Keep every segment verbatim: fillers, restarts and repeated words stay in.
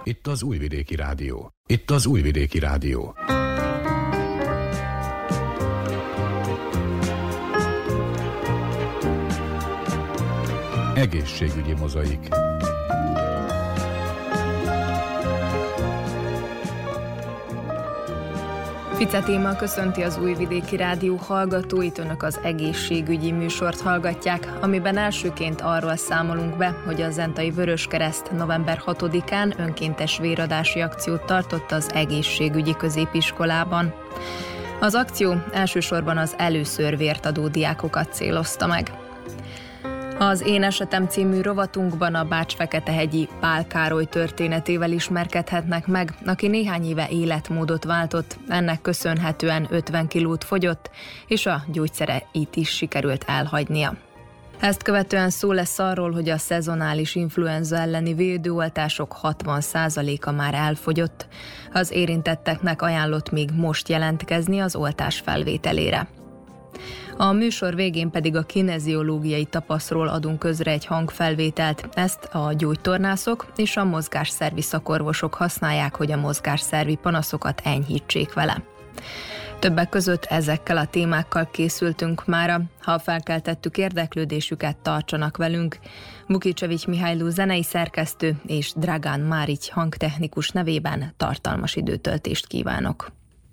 Itt az Újvidéki Rádió. Itt az Újvidéki Rádió. Egészségügyi mozaik. Fice Téma köszönti az Újvidéki Rádió hallgatóit, önök az egészségügyi műsort hallgatják, amiben elsőként arról számolunk be, hogy a Zentai Vöröskereszt november hatodikán önkéntes véradási akciót tartott az egészségügyi középiskolában. Az akció elsősorban az először vért adó diákokat célozta meg. Az Én esetem című rovatunkban a Bács-Feketehegyi Pál Károly történetével ismerkedhetnek meg, aki néhány éve életmódot váltott, ennek köszönhetően ötven kilót fogyott, és a gyógyszereit is sikerült elhagynia. Ezt követően szó lesz arról, hogy a szezonális influenza elleni védőoltások hatvan százaléka már elfogyott. Az érintetteknek ajánlott még most jelentkezni az oltás felvételére. A műsor végén pedig a kineziológiai tapaszról adunk közre egy hangfelvételt. Ezt a gyógytornászok és a mozgásszervi szakorvosok használják, hogy a mozgásszervi panaszokat enyhítsék vele. Többek között ezekkel a témákkal készültünk mára. Ha felkeltettük érdeklődésüket, tartsanak velünk. Vukicsevics Mihályló zenei szerkesztő és Dragán Márics hangtechnikus nevében tartalmas időtöltést kívánok.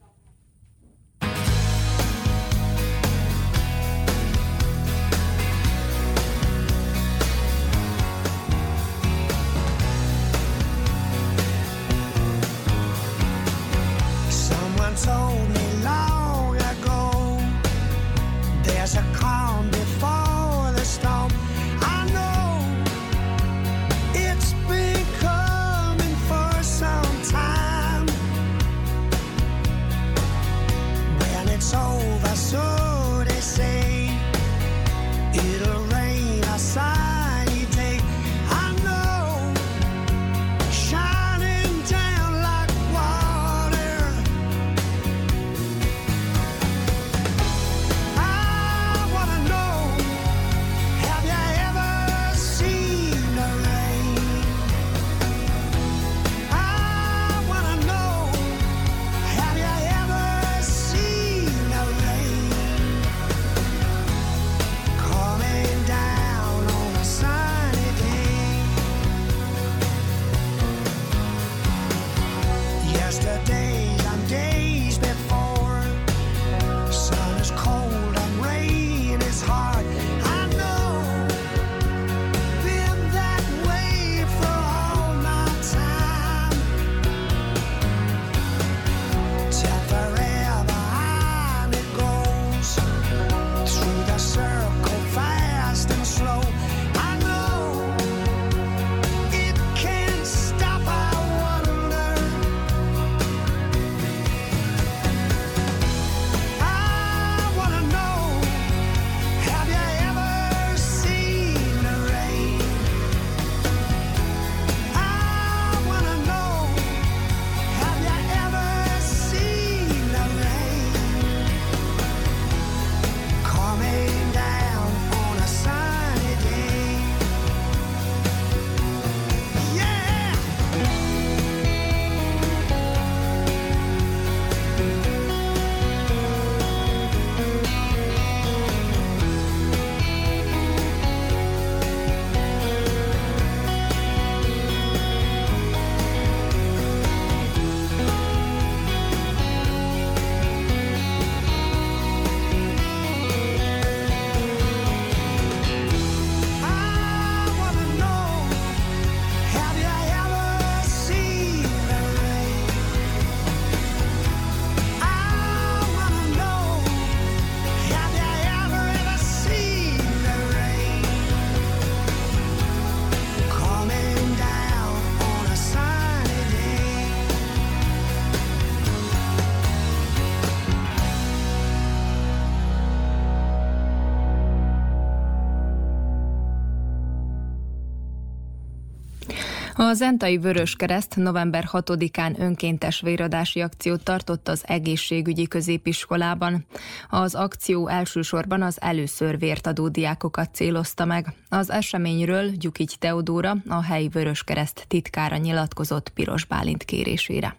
Told me long ago, there's a calm before the storm. I know it's been coming for some time. A zentai Vöröskereszt november hatodikán önkéntes véradási akciót tartott az egészségügyi középiskolában. Az akció elsősorban az először vért adó diákokat célozta meg. Az eseményről Gyukics Teodóra, a helyi Vöröskereszt titkára nyilatkozott Piros Bálint kérésére.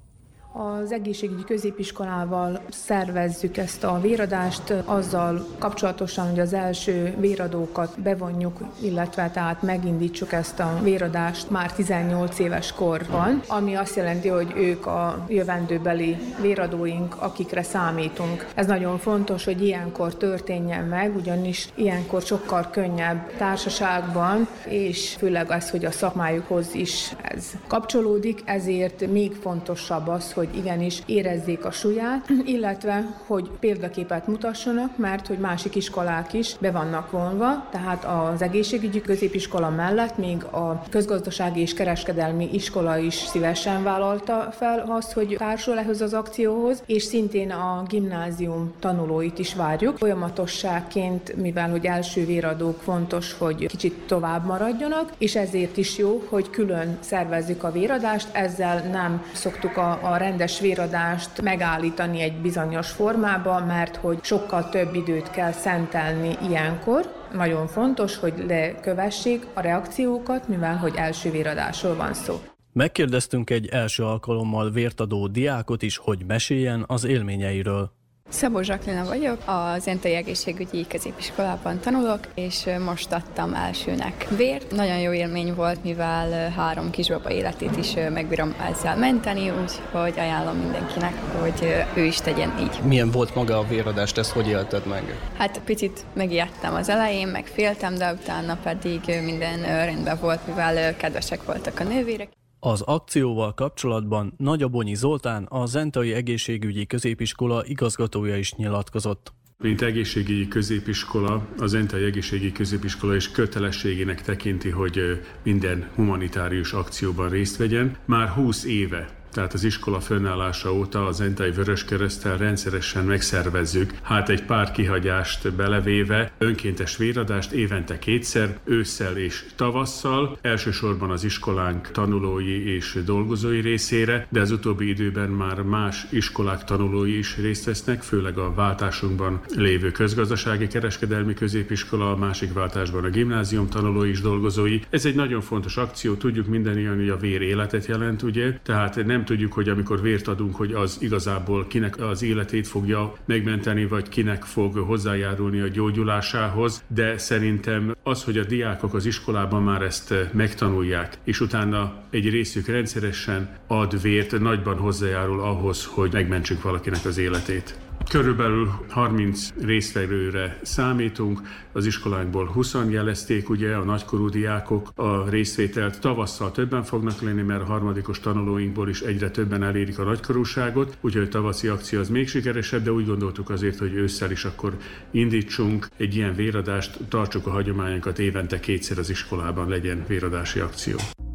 Az egészségügyi középiskolával szervezzük ezt a véradást, azzal kapcsolatosan, hogy az első véradókat bevonjuk, illetve tehát megindítsuk ezt a véradást már tizennyolc éves korban, ami azt jelenti, hogy ők a jövendőbeli véradóink, akikre számítunk. Ez nagyon fontos, hogy ilyenkor történjen meg, ugyanis ilyenkor sokkal könnyebb társaságban, és főleg az, hogy a szakmájukhoz is ez kapcsolódik, ezért még fontosabb az, hogy igenis érezzék a súlyát, illetve, hogy példaképet mutassanak, mert hogy másik iskolák is be vannak vonva, tehát az egészségügyi középiskola mellett még a közgazdasági és kereskedelmi iskola is szívesen vállalta fel azt, hogy társul ehhez az akcióhoz, és szintén a gimnázium tanulóit is várjuk. Folyamatosságként, mivel hogy első véradók fontos, hogy kicsit tovább maradjanak, és ezért is jó, hogy külön szervezzük a véradást, ezzel nem szoktuk a, a rendes véradást megállítani egy bizonyos formába, mert hogy sokkal több időt kell szentelni ilyenkor. Nagyon fontos, hogy lekövessék a reakciókat, mivel hogy első véradásról van szó. Megkérdeztünk egy első alkalommal vért adó diákot is, hogy meséljen az élményeiről. Szabó Zsaklina vagyok, a Zentai Egészségügyi Középiskolában tanulok, és most adtam elsőnek vért. Nagyon jó élmény volt, mivel három kisbaba életét is megbírom ezzel menteni, úgyhogy ajánlom mindenkinek, hogy ő is tegyen így. Milyen volt maga a véradást, ezt hogy élted meg? Hát picit megijedtem az elején, meg féltem, de utána pedig minden rendben volt, mivel kedvesek voltak a nővérek. Az akcióval kapcsolatban Nagyabonyi Zoltán, a Zentai Egészségügyi Középiskola igazgatója is nyilatkozott. Mint egészségügyi középiskola, a Zentai Egészségügyi Középiskola is kötelességének tekinti, hogy minden humanitárius akcióban részt vegyen. Már húsz éve. Tehát az iskola fönnállása óta a Zentai Vöröskereszttel rendszeresen megszervezzük, hát egy pár kihagyást belevéve, önkéntes véradást évente kétszer, ősszel és tavasszal, elsősorban az iskolánk tanulói és dolgozói részére, de az utóbbi időben már más iskolák tanulói is részt vesznek, főleg a váltásunkban lévő közgazdasági kereskedelmi középiskola, a másik váltásban a gimnázium tanulói és dolgozói. Ez egy nagyon fontos akció, tudjuk mindannyian, hogy a vér életet jelent, ugye, tehát nem tudjuk, hogy amikor vért adunk, hogy az igazából kinek az életét fogja megmenteni, vagy kinek fog hozzájárulni a gyógyulásához, de szerintem az, hogy a diákok az iskolában már ezt megtanulják, és utána egy részük rendszeresen ad vért, nagyban hozzájárul ahhoz, hogy megmentsük valakinek az életét. Körülbelül harminc résztvevőre számítunk, az iskolánkból húszan jelezték, ugye a nagykorú diákok a részvételt. Tavasszal többen fognak lenni, mert a harmadikos tanulóinkból is egyre többen elérik a nagykorúságot, úgyhogy a tavaszi akció az még sikeresebb, de úgy gondoltuk azért, hogy ősszel is akkor indítsunk egy ilyen véradást, tartsuk a hagyományokat, évente kétszer az iskolában legyen véradási akció.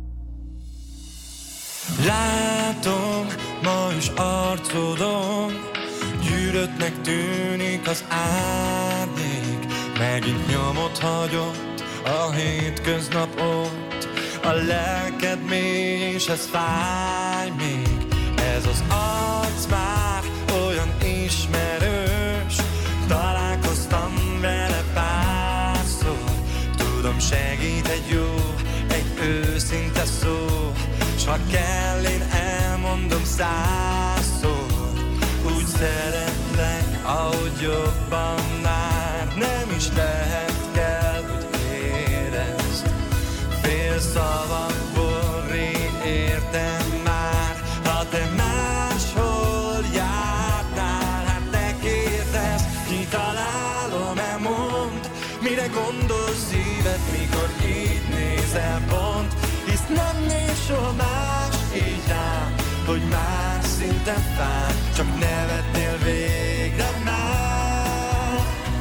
Látom ma is arcodon, gyűröttnek tűnik az árnyék, megint nyomot hagyott a hétköznapot, a lelked mély és ez fáj még, ez az arc már olyan ismerős, találkoztam vele párszor, tudom segít egy jó, egy őszinte szó, s ha kell én elmondom százszor, úgy szeretlek, ahogy jobban már nem is lehet, kell, hogy érezd. Fél szavakból rég értem már, ha te máshol jártál, hát te kérdezd, kitalálom-e, mondd, mire gondolsz szíved, mikor így nézel pont, hisz nem néz soha más így rám, hogy más szinten fáj, csak nevetnél végre már.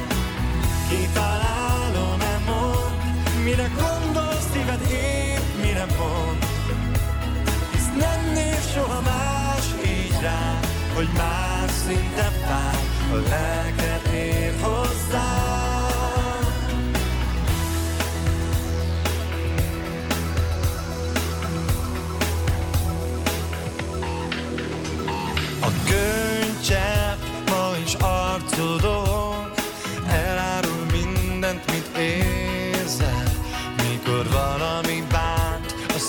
Kitalálom-e, mond, mire gondolsz szíved épp, mire mond, hisz nem néz soha más így rá, hogy más szinten fáj, a lelked ér hozzá.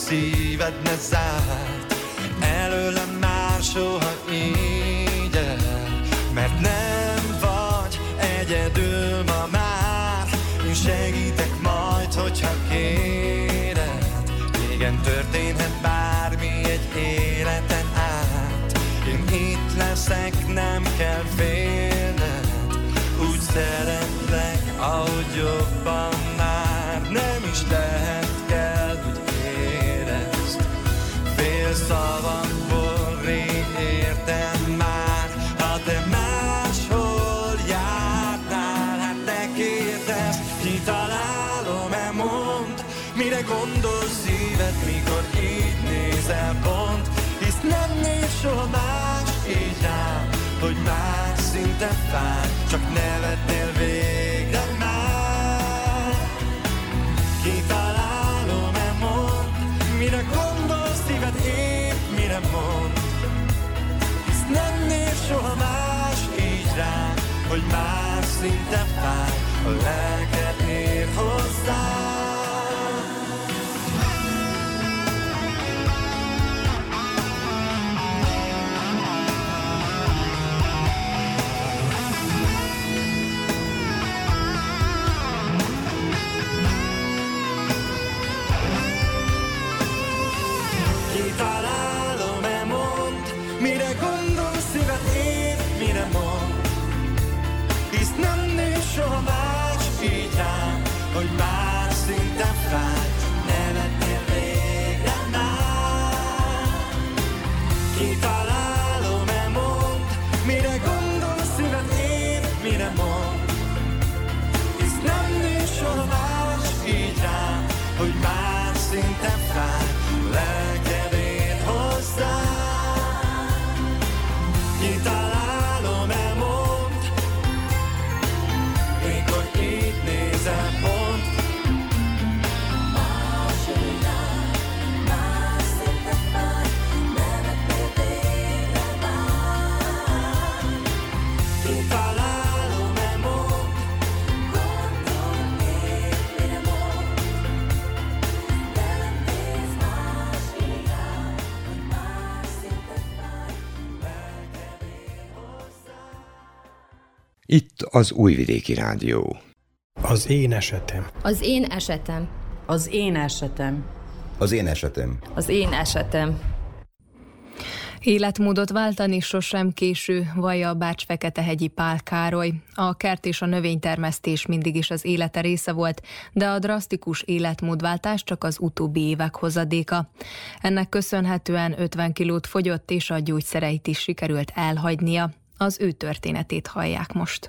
szíved ne zárt, előlem már soha így el, mert nem vagy egyedül ma már, én segítek majd, hogyha kéred. Igen, történhet bármi egy életen át, én itt leszek, nem kell félned, úgy szeretlek, ahogy jobban már nem is lehet, kell, hogy érezd. Fél szavakból rég értem már, ha te máshol járnál, hát ne kérdezd, kitalálom-e, mondd, mire gondol szíved, mikor így nézel pont, hisz nem néz soha más így rám, hogy már szinte fáj, csak nevetnél végre már. Kitalálom-e, mondd, mire gondolsz szíved, épp mire mond, hisz nem néz soha más így rám, hogy már szinte fáj, a lelked ér hozzá. Kitalálom-e, mondd, mire gondolsz szíved, épp mire mond, hisz nem néz soha más így rám, hogy már szinte fáj, nevetnél végre már. Kitalálom-e, mondd, mire gondolsz szíved, épp mire mond, hisz nem néz soha más így rám, hogy már szinte fáj, lelked ér hozzá. Kitalálom-e, mondd, mikor így nézel pont, más így rám, már szinte fáj, nevetnél végre már. Kitalálom-e, mondd, gondold épp mire mond, nem néz más így rám, hogy már szinte fáj, lelked ér hozzá. Itt az Újvidéki Rádió. Az én esetem. Az én esetem. Az én esetem. Az én esetem. Az én esetem. Életmódot váltani sosem késő, vallja a Bács-Feketehegyi Pál Károly. A kert és a növénytermesztés mindig is az élete része volt, de a drasztikus életmódváltás csak az utóbbi évek hozadéka. Ennek köszönhetően ötven kilót fogyott, és a gyógyszereit is sikerült elhagynia. Az ő történetét hallják most.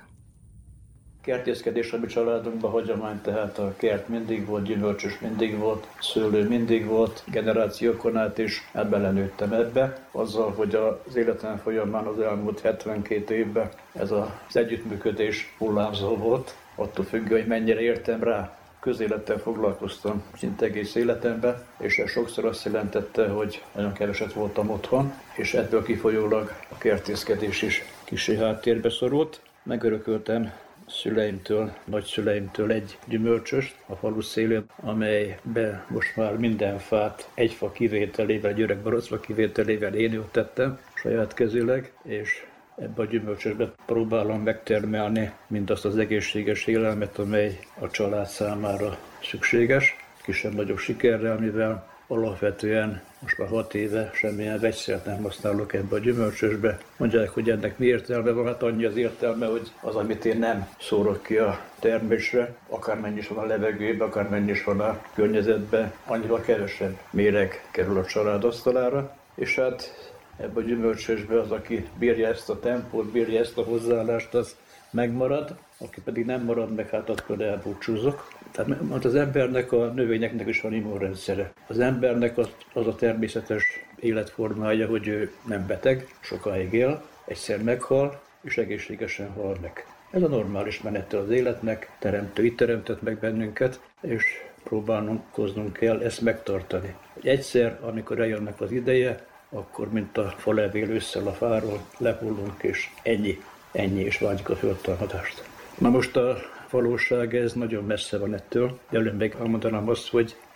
Kertészkedés a mi családunkban hagyomány, tehát a kert mindig volt, gyümölcsös mindig volt, szőlő mindig volt, generációkon át is, hát belenőttem ebbe. Azzal, hogy az életem folyamán az elmúlt hetvenkét évben ez az együttműködés hullámzó volt, attól függő, hogy mennyire értem rá. Közélettel foglalkoztam szinte egész életemben, és ez sokszor azt jelentette, hogy nagyon keveset voltam otthon, és ebből kifolyólag a kertészkedés is kissé háttérbe szorult. Megörököltem szüleimtől, nagyszüleimtől egy gyümölcsöst a falu szélén, amelybe most már minden fát egy fa kivételével, egy öreg baracfa kivételével én ültettem saját kezileg, és ebbe a gyümölcsösbe próbálom megtermelni mindazt az egészséges élelmet, amely a család számára szükséges, kisebb-nagyobb sikerrel, mivel alapvetően most már hat éve semmilyen vegyszert nem használok ebbe a gyümölcsösbe. Mondják, hogy ennek mi értelme van? Hát annyi az értelme, hogy az, amit én nem szórok ki a termésre, akármennyi is van a levegőben, akármennyi is van a környezetben, annyival kevesebb méreg kerül a család asztalára. És hát ebbe a gyümölcsösbe az, aki bírja ezt a tempót, bírja ezt a hozzáállást, az megmarad, aki pedig nem marad meg, hát akkor elbúcsúzok. Tehát az embernek, a növényeknek is van immunrendszere. Az embernek az, az a természetes életformája, hogy ő nem beteg, sokáig él, egyszer meghal, és egészségesen hal meg. Ez a normális menete az életnek, teremtő itt teremtett meg bennünket, és próbálnunk kell ezt megtartani. Egyszer, amikor eljönnek az ideje, akkor, mint a falevél ősszel a fáról, lehullunk, és ennyi, ennyi, és várjuk a földtámadást. Na most a valóság ez nagyon messze van ettől. Előbb még elmondanám azt, hogy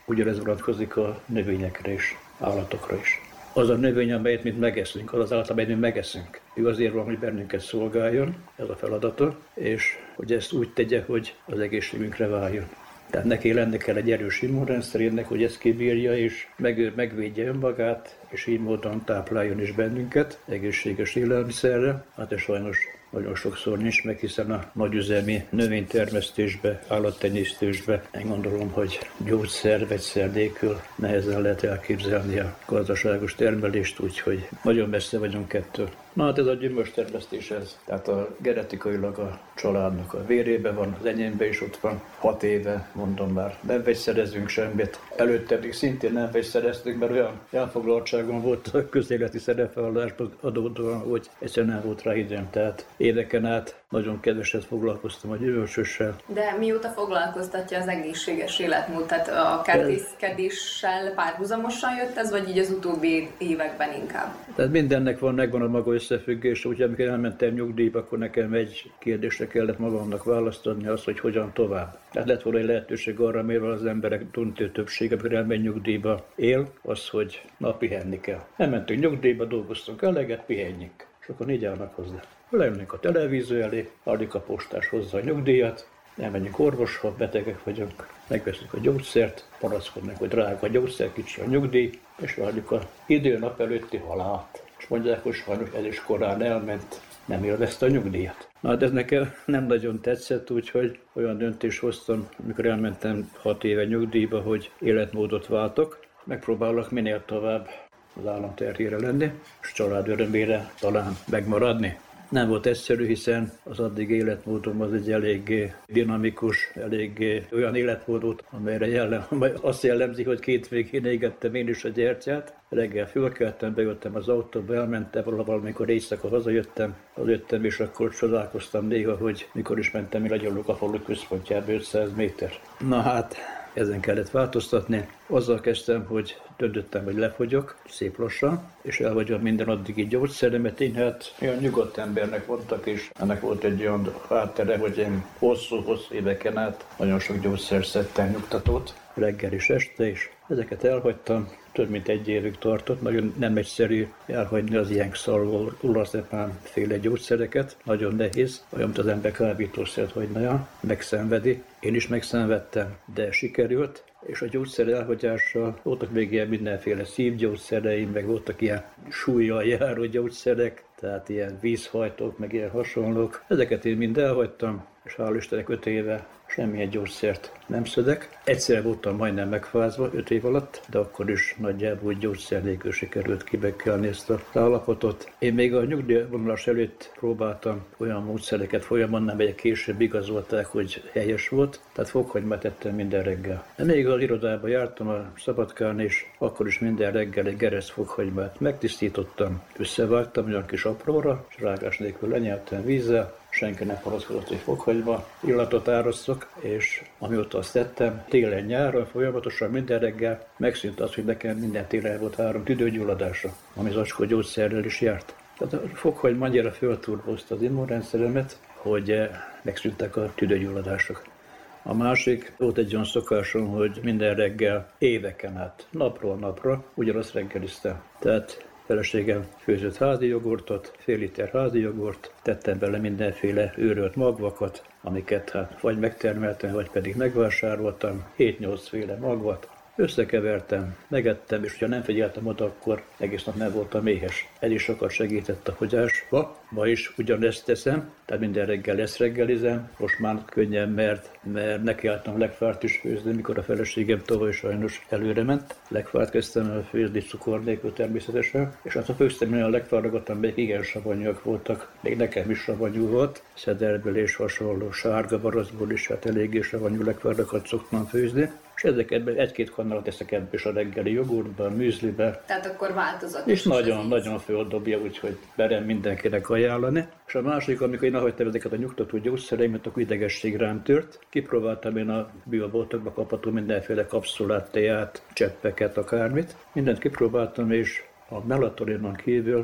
Ugyanez vonatkozik a növényekre is, állatokra is. Az a növény, amelyet mi megeszünk, az az állat, amelyet mi megeszünk. Ő azért van, hogy bennünket szolgáljon, ez a feladata, és hogy ezt úgy tegye, hogy az egészségünkre váljon. Tehát neki lenne kell egy erős immunrendszerének, hogy ezt kibírja, és meg, megvédje önmagát, és így módon tápláljon is bennünket egészséges élelmiszerre. Hát ez sajnos nagyon sokszor nincs meg, hiszen a nagyüzemi növénytermesztésbe, állattenyésztésbe én gondolom, hogy gyógyszer, vegyszer nélkül nehezen lehet elképzelni a gazdaságos termelést, úgyhogy nagyon messze vagyunk ettől. Na hát ez a gyümölcstermesztés ez. Tehát a genetikailag a családnak a vérében van, az enyémben is ott van, hat éve, mondom már, nem vegyszerezünk semmit. Előtte még szintén nem vegyszereztünk, mert olyan elfoglaltságon volt a közéleti szerepvállalásban adódóan, hogy egyszerűen nem volt rá időm. Tehát éveken át nagyon keveset foglalkoztam a gyümölcsössel. De mióta foglalkoztatja az egészséges életmód? Tehát a kertészkedéssel párhuzamosan jött ez, vagy így az utóbbi években inkább? Tehát mindennek van, megvan a maga összefüggés, úgyhogy amikor elmentem nyugdíjba, akkor nekem egy kérdésre kellett magamnak választani azt, hogy hogyan tovább. Tehát lett volna egy lehetőség arra, mivel az emberek döntő többsége, amikor elmegy nyugdíjba él, az, hogy na, pihenni kell. Elmentünk nyugdíjba, dolgoztunk eleget, pihenjünk. És akkor így állnak hozzá. Leülünk a televízió elé, addig a postás hozza a nyugdíjat, elmenjünk orvoshoz, betegek vagyunk, megveszünk a gyógyszert, panaszkodnak, hogy drága a gyógyszer, kicsi a nyugdíj, és várjuk a időnap előtti halált. És mondják, hogy sajnos ez is korán elment, nem élvezte a nyugdíjat. Na hát ez nekem nem nagyon tetszett, úgyhogy olyan döntést hoztam, amikor elmentem hat éve nyugdíjba, hogy életmódot váltok. Megpróbálok minél tovább az állam terhére lenni, és család örömére talán megmaradni. Nem volt egyszerű, hiszen az addig életmódom az egy eléggé dinamikus, eléggé olyan életmódot, amelyre jellem, amely azt jellemzi, hogy két végén égettem én is a gyertyát. Reggel fölkeltem, bejöttem az autóba, elmentem valahol, amikor éjszaka hazajöttem, hazajöttem, és akkor csodálkoztam néha, hogy mikor is mentem én agyalok a falu központjába ötszáz méter. Na hát, ezen kellett változtatni. Azzal kezdtem, hogy döntöttem, hogy lefogyok, szép lassan, és elhagyom minden addigi gyógyszeremet. Én hát olyan nyugodt embernek mondtak, és ennek volt egy olyan háttere, hogy én hosszú-hosszú éveken át nagyon sok gyógyszer szedtem nyugtatót, reggel és este, és ezeket elhagytam. Több mint egy évig tartott, nagyon nem egyszerű elhagyni az ilyen xalol, ulaszepán féle gyógyszereket, nagyon nehéz, olyan, mint az ember kábítószert hagyna, megszenvedi. Én is megszenvedtem, de sikerült, és a gyógyszer elhagyással voltak még ilyen mindenféle szívgyógyszereim, meg voltak ilyen súllyal járó gyógyszerek, tehát ilyen vízhajtók, meg ilyen hasonlók. Ezeket én mind elhagytam, és hál' Istennek öt éve semmilyen gyógyszert nem szedek. Egyszer voltam majdnem megfázva, öt év alatt, de akkor is nagyjából gyógyszer nélkül sikerült kibekelni ezt az állapotot. Én még a nyugdíjvonulás előtt próbáltam olyan módszereket folyamon, amelyek később igazolták, hogy helyes volt, tehát fokhagymát ettem minden reggel. De még az irodába jártam a Szabadkán, és akkor is minden reggel egy geresz fokhagymát megtisztítottam, összevágtam olyan kis apróra, és rágás nélkül lenyeltem vízzel, senki nem panaszkodott, hogy fokhagyma illatot árasztok, és amióta azt tettem, télen-nyáron folyamatosan minden reggel megszűnt az, hogy nekem minden télen volt három tüdőgyulladása, ami zacskó gyógyszerrel is járt. Tehát a fokhagyma annyira fölturbozta az immunrendszeremet, hogy megszűntek a tüdőgyulladások. A másik, volt egy olyan szokásom, hogy minden reggel éveken át, napról napra ugyanazt reggeliztem. Tehát feleségem főzött házi jogurtot, fél liter házi jogurt, tettem bele mindenféle őrölt magvakat, amiket hát vagy megtermeltem, vagy pedig megvásároltam, hét-nyolc féle magvat. Összekevertem, megettem, és ha nem figyeltem oda, akkor egész nap nem voltam éhes. Ez is sokat segített a fogyásba. Ma is ugyanezt teszem, tehát minden reggel ezt reggelizem. Most már könnyen, mert, mert nekiálltam legfárt is főzni, mikor a feleségem tavaly sajnos előre ment. Legfárt kezdtem el főzni cukor nélkül természetesen, és hát a főztem, a legfáragattam, még igen savanyúak voltak. Még nekem is savanyú volt, szederből és hasonló, sárga baraszból is, hát eléggé savanyú legfárakat szoktam főzni. És ezeket egy-két kannalat teszek ebbe is a reggeli jogurtba, a műzlibe. Tehát akkor változatos. És nagyon-nagyon földobja, úgyhogy merem mindenkinek ajánlani. És a másik, amikor én elhagytam ezeket a nyugtató gyógyszereimet, akkor idegesség rám tört. Kipróbáltam én a bioboltokba kapható mindenféle kapszulát, teát, cseppeket, akármit. Mindent kipróbáltam, és a melatoninon kívül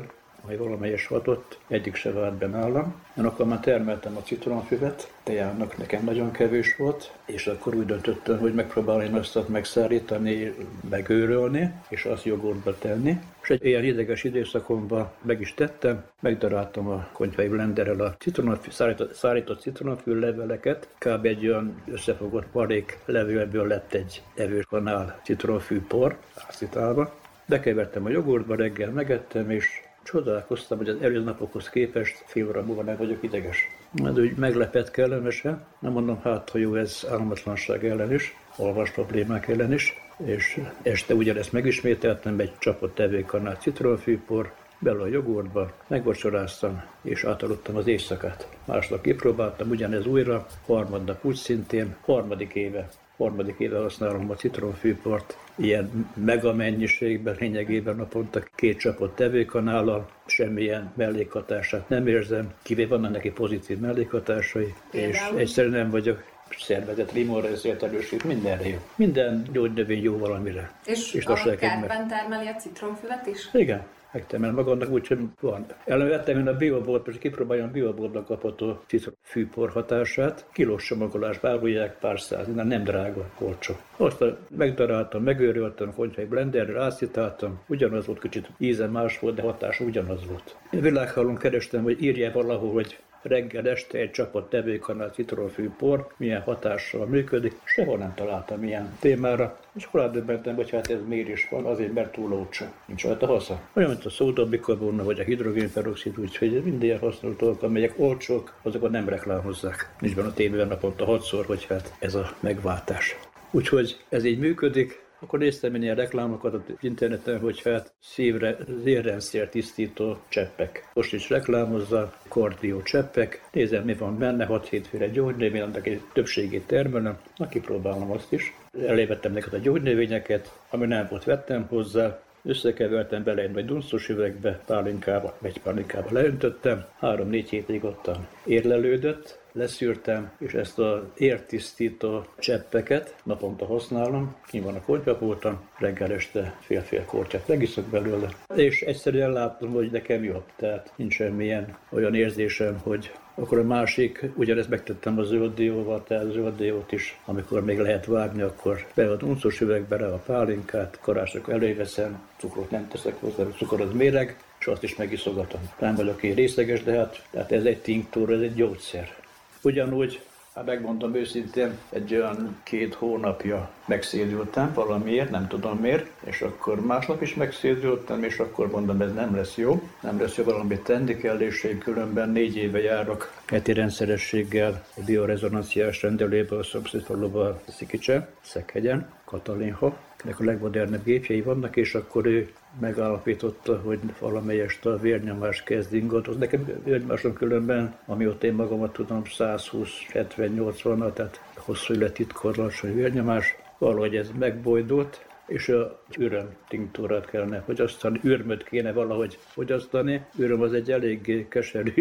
majd valamelyes hatott, egyik se vált be nálam. Én akkor már termeltem a citromfüvet, tejának nekem nagyon kevés volt, és akkor úgy döntöttem, hogy megpróbálom azt megszárítani, megőrölni, és azt jogurtba tenni. És egy ilyen ideges időszakomban meg is tettem, megdaráltam a konyhai blenderrel a citronafű, szárított, szárított citronafű leveleket, kb. Egy olyan összefogott parék levélből lett egy evős kanál citronafű por, ászítálva. Bekevertem a jogurtba, reggel megettem, és csodálkoztam, hogy az előző napokhoz képest fél óra múlva nem vagyok ideges. Ez úgy meglepett kellemesen, nem mondom, hát ha jó, ez álmatlanság ellen is, alvás problémák ellen is, és este ugyanezt megismételtem, egy csapott tevékanál citronfűpor, bele a jogurtba, megvacsoráztam, és átaludtam az éjszakát. Másnap kipróbáltam, ugyanez újra, harmadnap úgy szintén, harmadik éve. Harmadik éve használom a citronfűport, ilyen megamennyiségben, lényegében naponta két csapott tevékanállal, semmilyen mellékhatását nem érzem, kivéve vannak neki pozitív mellékhatásai, és egyszerűen nem vagyok szervezet, limonra ezért erősít, mindenre jó. Minden gyógynövény jó valamire. És, és a kertben termeli a citromfüvet is? Igen. Megtermel magamnak úgy, hogy van. Elővettem én a biobolt, és kipróbáljam a bioboltban kapható citromfűpor hatását. Kilós csomagolásba árulják pár száz, nem drága, olcsó. Aztán megdaráltam, megőröltem, konyhai blenderrel ászítáltam. Ugyanaz volt, kicsit íze más volt, de hatása ugyanaz volt. Én világhálón kerestem, hogy írja valahol, hogy reggel este egy csapott tevékanál citronfűpor milyen hatással működik. Sehol nem találtam ilyen témára. És akkor rádöbbentem, hogy hát ez miért is van, azért, mert túl olcsó. Nincs rajta haszna. Olyan, mint a szódabikarbóna vagy a hidrogénperoxid, úgyhogy minden használt dolgok, amelyek olcsók, azokat nem reklámozzák. Nincs benne a tévében naponta hatszor, hogy hát ez a megváltás. Úgyhogy ez így működik. Akkor néztem én ilyen reklámokat az interneten, hogy hát szívre, vérrendszer tisztító cseppek. Most is reklámozza, kardió cseppek. Nézem, mi van benne, hat-hétféle gyógynövény, annak egy többségét termelem. Na, kipróbálom azt is. Elévettem neked a gyógynövényeket, ami nem volt, vettem hozzá. Összekevertem bele egy nagy dunszos üvegbe, pálinkába, egy pálinkába leöntöttem. Három-négy hétig ottan érlelődött. Leszűrtem, és ezt az értisztító cseppeket naponta használom, ki van a konyhapulton, reggel este fél-fél kortyát megiszok belőle, és egyszerűen látom, hogy nekem jobb, tehát nincs semmilyen olyan érzésem, hogy akkor a másik, ugyanezt megtettem a zöld dióval, tehát zöld diót is, amikor még lehet vágni, akkor be a uncos üvegbe rá a pálinkát, karácsonykor előveszem, cukrot nem teszek hozzá, a cukor az méreg, és azt is megiszogatom. Nem vagyok én részleges, de hát tehát ez egy tinktúra, ez egy gyógyszer. Ugyanúgy, hát megmondom őszintén, egy olyan két hónapja megszédültem valamiért, nem tudom miért, és akkor másnap is megszédültem, és akkor mondom, ez nem lesz jó, nem lesz jó, valamit tenni kell, és én különben négy éve járok heti rendszerességgel a biorezonanciás rendelőbe a szomszédfaluban, Szikicse, Szekhegyen, Katalinha. Ennek a legmodernebb gépjei vannak, és akkor ő megállapította, hogy valamelyest a vérnyomás kezd ingadozni. Nekem vérnyomásom különben, amióta én magamat tudom, száz húsz hetven nyolcvan, tehát hosszú élettitkor alacsony vérnyomás, valahogy ez megbojdult, és a üröm tinktúrát kellene fogyasztani, ürmöt kéne valahogy fogyasztani. Üröm az egy eléggé keserű,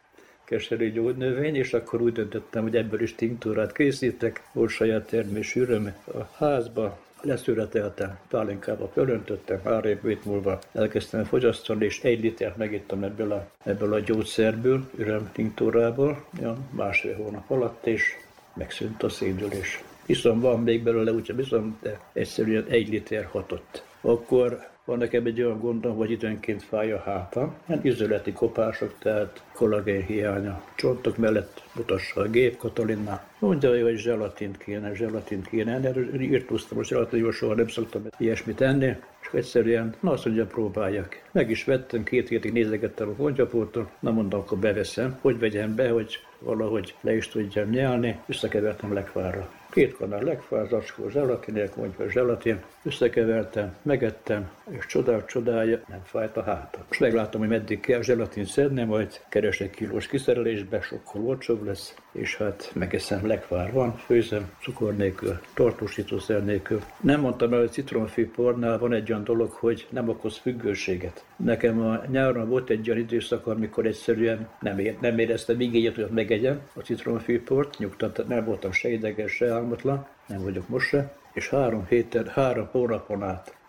keserű gyógynövény, és akkor úgy döntöttem, hogy ebből is tinktúrát készítek, volt saját termés üröm a házba. Leszűreteltem, pálinkába fölöntöttem, három hét múlva elkezdtem fogyasztani, és egy litert megittam ebből a, ebből a gyógyszerből, üröm tinktúrából, olyan másfél hónap alatt, és megszűnt a szédülés. Viszont van még belőle, úgyhogy viszont, de egyszerűen egy liter hatott. Akkor van nekem egy olyan gondom, hogy időnként fáj a hátam, ilyen izületi kopások, tehát kollagén hiánya. Csontok mellett mutassa a gép, Katalinnál. Mondja, hogy zselatint kéne, zselatint kéne. Erről írtóztam, hogy zselatinról soha nem szoktam ilyesmit enni, és egyszerűen, na azt mondja, próbáljak. Meg is vettem, két hétig nézegettem a konyhapulton, na mondom, akkor beveszem, hogy vegyem be, hogy valahogy le is tudjam nyelni, összekevertem lekvárra. Két kanál lekvár, zacskó zselatin, konyha zselatin, összekevertem, megettem, és csodál, csodálja, nem fájt a hátam. Most meglátom, hogy meddig kell zselatin szedni, majd keresek kilós kiszerelésbe, sokkal olcsóbb lesz, és hát megeszem, lekvár van, főzem, cukor nélkül, tartósítószer nélkül. Nem mondtam el, hogy citromfűpornál van egy olyan dolog, hogy nem okoz függőséget. Nekem a nyáron volt egy olyan időszak, amikor egyszerűen nem, ér, nem éreztem igényet, hogy megegyem a citromfűport, nyugtat, nem voltam se ideges, se álmatlan, nem vagyok most se, és három héten, három hónapon át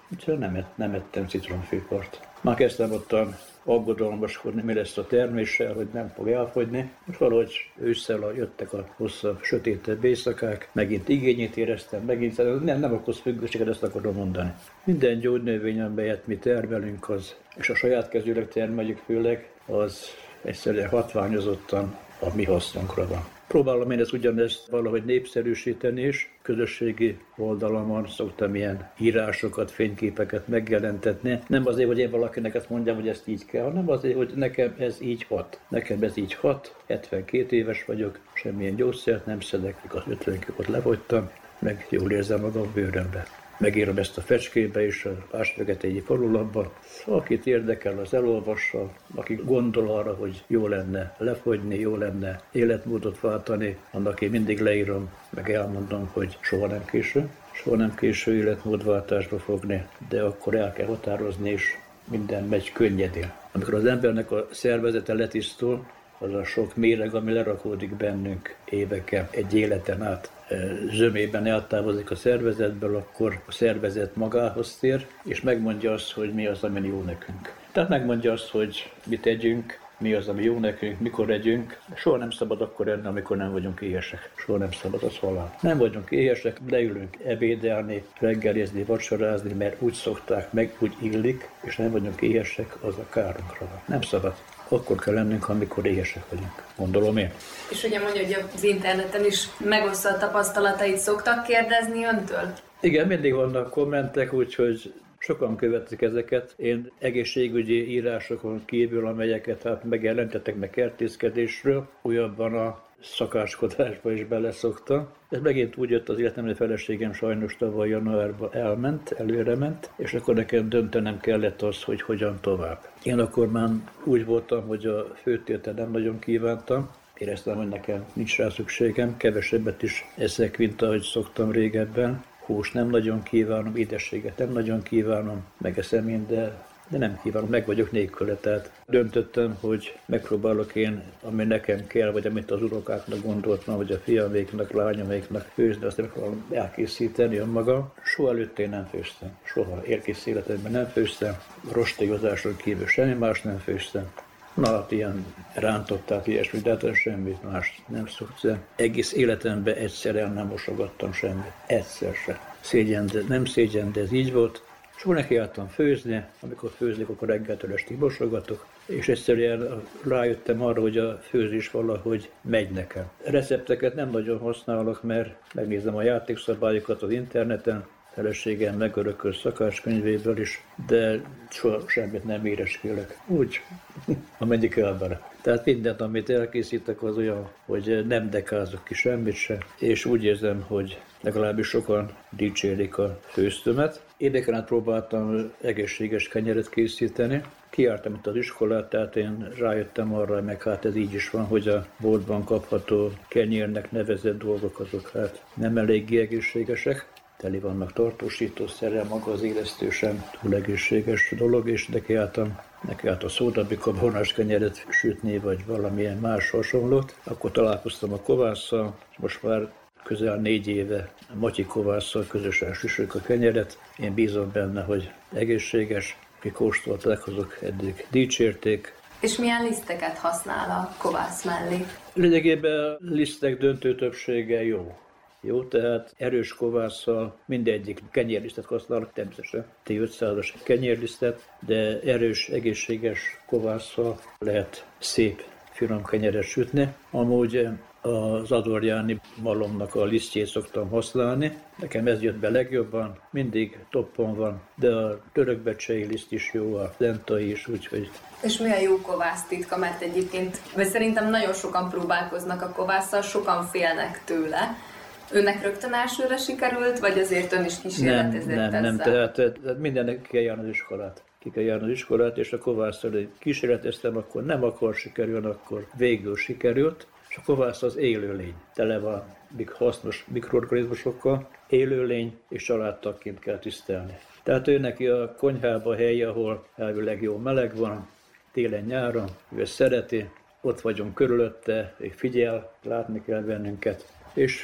úgyhogy nem, ett, nem ettem citromfűpart. Már kezdtem ottan aggodalmaskodni, mi lesz a terméssel, hogy nem fog elfogyni. És valahogy ősszel jöttek a hosszabb, sötétebb éjszakák, megint igényét éreztem, megint nem, nem okoz függőséget, ezt akarom mondani. Minden gyógynövény, amelyet mi termelünk, az, és a saját kezűleg termeljük főleg, az egyszerűen hatványozottan a mi hasznunkra van. Próbálom én ezt ugyanezt valahogy népszerűsíteni is. Közösségi oldalamon szoktam ilyen írásokat, fényképeket megjelentetni. Nem azért, hogy én valakinek ezt mondjam, hogy ezt így kell, hanem azért, hogy nekem ez így hat. Nekem ez így hat, hetvenkét éves vagyok, semmilyen gyógyszert nem szedek, az ötvenkét lefogytam, meg jól érzem magam bőrömbe. Megírom ezt a fecskébe is, a Ásfegetényi falulapba. Akit érdekel, az elolvassa, aki gondol arra, hogy jó lenne lefogyni, jó lenne életmódot váltani, annak én mindig leírom, meg elmondom, hogy soha nem késő. Soha nem késő életmódváltásba fogni, de akkor el kell határozni, és minden megy könnyedén. Amikor az embernek a szervezete letisztul, az a sok méreg, ami lerakódik bennünk éveken, egy életen át zömében eltávozik a szervezetből, akkor a szervezet magához tér, és megmondja azt, hogy mi az, ami jó nekünk. Tehát megmondja azt, hogy mit együnk, mi az, ami jó nekünk, mikor együnk. Soha nem szabad akkor enni, amikor nem vagyunk éhesek. Soha nem szabad, az halál. Nem vagyunk éhesek, leülünk ebédelni, reggelizni, vacsorázni, mert úgy szokták meg, úgy illik, és nem vagyunk éhesek, az a kárunkra van. Nem szabad. Akkor kell lennünk, amikor éhesek vagyunk. Gondolom én. És ugye mondja, hogy az interneten is megosztja a tapasztalatait, szoktak kérdezni öntől? Igen, mindig vannak kommentek, úgyhogy sokan követik ezeket. Én egészségügyi írásokon kívül, amelyeket hát megjelentettek meg kertészkedésről, újabban a szakáskodásba is beleszoktam. Ez megint úgy jött az életem, hogy a feleségem sajnos tavaly januárban elment, előrement, és akkor nekem döntenem kellett az, hogy hogyan tovább. Én akkor már úgy voltam, hogy a főtétet nem nagyon kívántam, éreztem, hogy nekem nincs rá szükségem, kevesebbet is eszek, mint ahogy szoktam régebben. Húst nem nagyon kívánom, édességet nem nagyon kívánom, megeszem én, de, de nem kívánom, meg vagyok nélküle. Tehát döntöttem, hogy megpróbálok én, ami nekem kell, vagy amit az unokáknak gondoltam, hogy a fiaméknak, lányoméknak főzni, azt megpróbálom elkészíteni önmagam. Soha előtt én nem főztem, soha érkész életemben nem főztem, rostégozáson kívül semmi más nem főztem. Na, hát ilyen rántottát, ilyesmi, de hát semmit más nem szoktam. Egész életemben egyszer el nem mosogattam semmit. Egyszer se. Szégyen, de nem szégyen, de ez így volt. Soha nekiálltam főzni, amikor főzlik, akkor reggeltől estig mosogatok. És egyszerűen rájöttem arra, hogy a főzés valahogy megy nekem. Recepteket nem nagyon használok, mert megnézem a játékszabályokat az interneten, feleségem megörököl szakáskönyvéből is, de soha semmit nem éreskélek. Úgy, amennyi kell bele. Tehát mindent, amit elkészítek, az olyan, hogy nem dekázok ki semmit se, és úgy érzem, hogy legalábbis sokan dicsérik a főztömet. Éveken át próbáltam egészséges kenyeret készíteni. Kijártam itt az iskolát, tehát én rájöttem arra, meg hát ez így is van, hogy a boltban kapható kenyérnek nevezett dolgok azok hát nem eléggé egészségesek. Teli vannak tartósítószerrel, maga az élesztő sem túl egészséges dolog, és nekiálltam nekiállt a szódabika vonás kenyeret sütni, vagy valamilyen más hasonlót. Akkor találkoztam a kovásszal, és most már közel négy éve Matyi kovásszal közösen süssük a kenyeret. Én bízom benne, hogy egészséges, ki kóstolták, azok eddig dicsérték. És milyen liszteket használ a kovász mellé? Lényegében a lisztek döntő többsége jó. Jó, tehát erős kovásszal mindegyik kenyérlisztet használok, természetesen T ötszázas kenyérlisztet, de erős, egészséges kovásszal lehet szép, finom kenyeret sütni. Amúgy az adorjáni malomnak a lisztjét szoktam használni. Nekem ez jött be legjobban, mindig toppon van, de a törökbecsei liszt is jó, a lentai is, úgyhogy... És mi a jó kovász titka? Mert egyébként, vagy szerintem nagyon sokan próbálkoznak a kovásszal, sokan félnek tőle. Önnek rögtön elsőre sikerült, vagy azért ön is kísérletezett nem, ezzel? Nem, nem, tehát, tehát mindennek ki kell járni az iskolát. Ki kell járni az iskolát, és a kovásszal kísérleteztem, akkor nem akar sikerülni, akkor végül sikerült. És a kovász az élőlény, tele van hasznos mikroorganizmusokkal, élőlény és családtagként kell tisztelni. Tehát ő neki a konyhába helye, ahol elvileg jó meleg van, télen-nyáron, ő ezt szereti, ott vagyunk körülötte, figyel, látni kell bennünket, és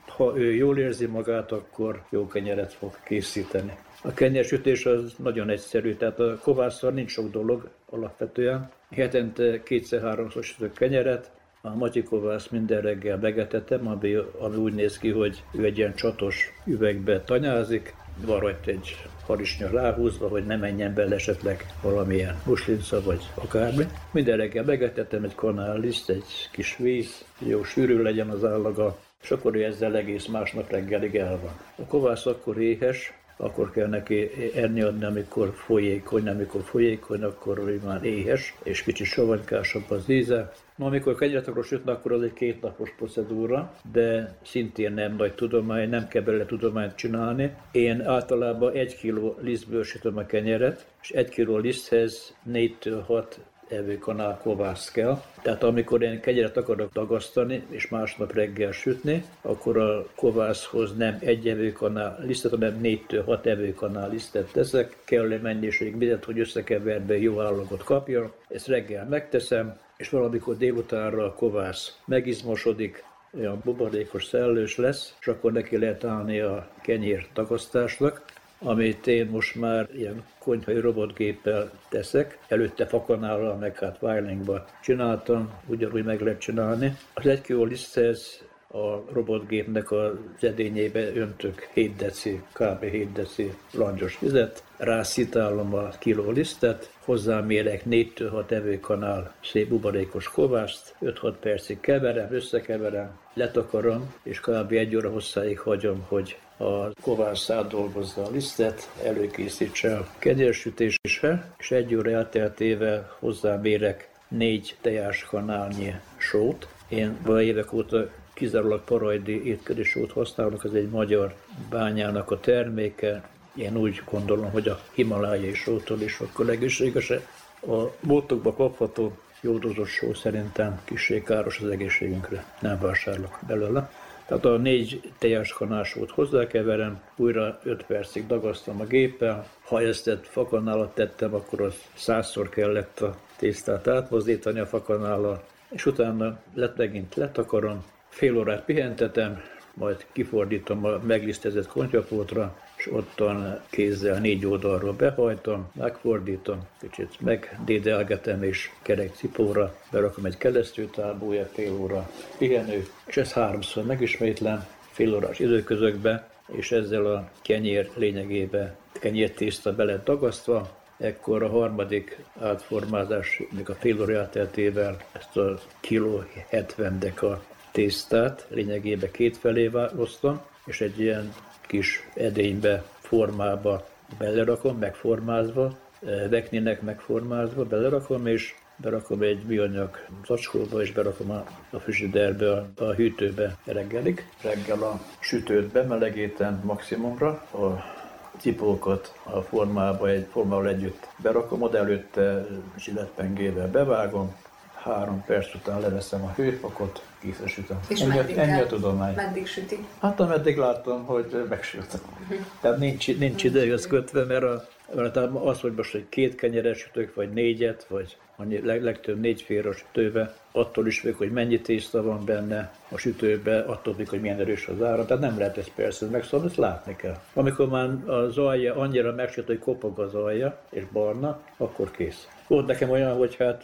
Ha ő jól érzi magát, akkor jó kenyeret fog készíteni. A kenyersütés az nagyon egyszerű, tehát a kovásszal nincs sok dolog alapvetően. Hetente kétszer-háromszor sütök kenyeret, a Matyi kovász minden reggel megetetem, ami, ami úgy néz ki, hogy ő egy ilyen csatos üvegbe tanyázik, van rajta egy harisnya ráhúzva, hogy ne menjen bele esetleg valamilyen muslinca vagy akármi. Minden reggel megetetem egy kanál liszt, egy kis víz, jó sűrű legyen az állaga, és akkor ő ezzel egész másnap reggelig el van. A kovász akkor éhes, akkor kell neki enni adni, amikor folyékony, amikor folyékony, akkor ő már éhes, és kicsit savanykásabb az íze. Na, amikor kenyeret akarok sütni, akkor az egy kétnapos procedúra, de szintén nem nagy tudomány, nem kell belőle tudományt csinálni. Én általában egy kiló lisztből sütöm a kenyeret, és egy kiló liszthez négytől hat evőkanál kovász kell. Tehát amikor én kenyeret akarok dagasztani, és másnap reggel sütni, akkor a kovászhoz nem egy evőkanál lisztet, hanem négytől hat evőkanál lisztet teszek. Kellő mennyiség vizet, hogy összekeverve jó állagot kapjon. Ezt reggel megteszem, és valamikor délutánra a kovász megizmosodik, olyan buborékos, szellős lesz, és akkor neki lehet állni a kenyér dagasztásnak, amit én most már ilyen konyhai robotgéppel teszek. Előtte fakanállal, meg hát Weilingba csináltam, ugyanúgy meg lehet csinálni. Az egy kiló liszthez a robotgépnek az edényébe öntök hét deci, kb. hét deci langyos vizet, rászitálom a kiló lisztet, hozzámérek négytől hat evőkanál szép buborékos kovászt, öt-hat percig keverem, összekeverem, letakarom, és kb. egy óra hosszáig hagyom, hogy a kovász átdolgozza a lisztet, előkészítse a kenyersütésre, és egy óra elteltével hozzámérek négy teáskanálnyi sót. Én van évek óta kizárólag parajdi étkezésót használnak, ez egy magyar bányának a terméke. Én úgy gondolom, hogy a himalájai sótól is sokkal legészségesebb. A boltokba kapható jódozott só szerintem kissé káros az egészségünkre. Nem vásárolok belőle. Tehát a négy teáskanál sót hozzákeverem, újra öt percig dagasztom a géppel. Ha ezt fakanálat tettem, akkor az százszor kellett a tésztát átmozdítani a fakanállal, és utána lett megint letakarom, fél órát pihentetem, majd kifordítom a meglisztezett kontyapótra, és ottan kézzel négy oldalról behajtom, megfordítom, kicsit megdédelgetem, és kerek cipóra berakom egy keresztültábúja, fél óra pihenő, és ezt háromszor megismétlem, fél órás időközökbe, és ezzel a kenyér lényegébe, kenyértészta be lett dagasztva. Ekkor a harmadik átformázás, még a fél óra elteltével ezt a kiló hetven deka tésztát lényegében kétfelé osztom, és egy ilyen kis edénybe, formába belerakom, megformázva, vekninek megformázva belerakom, és berakom egy műanyag zacskóba, és berakom a, a frigiderbe, a, a hűtőbe reggelig. Reggel a sütőt bemelegítem maximumra, a cipókat a formába, egy formával együtt berakom, oda előtte zsilettpengével bevágom, három perc után leveszem a hőfokot, készesítem. És ennyi, ennyi a tudomány. Meddig süti? Hát ameddig láttam, hogy megsültem. Uh-huh. Tehát nincs, nincs idejűz kötve, mert a, az, hogy most egy két kenyeret sütök, vagy négyet, vagy annyi, leg, legtöbb négy fél a sütőbe, attól is függ, hogy mennyi tészta van benne a sütőbe, attól függ, hogy milyen erős az ára. Tehát nem lehet ezt persze megszólni, ezt látni kell. Amikor már az alja annyira megsüt, hogy kopog az alja, és barna, akkor kész. Volt nekem olyan, hogy hát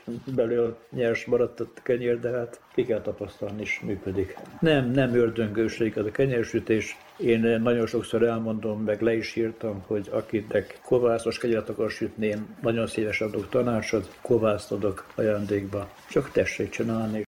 belül nyers maradt a kenyér, de hát ki kell tapasztalni, is működik. Nem, nem ördöngőség az a kenyersütés. Én nagyon sokszor elmondom, meg le is írtam, hogy akinek kovászos kenyeret akar sütni, én nagyon szívesen adok tanácsot, kovászt adok ajándékba. Csak tessék csinálni.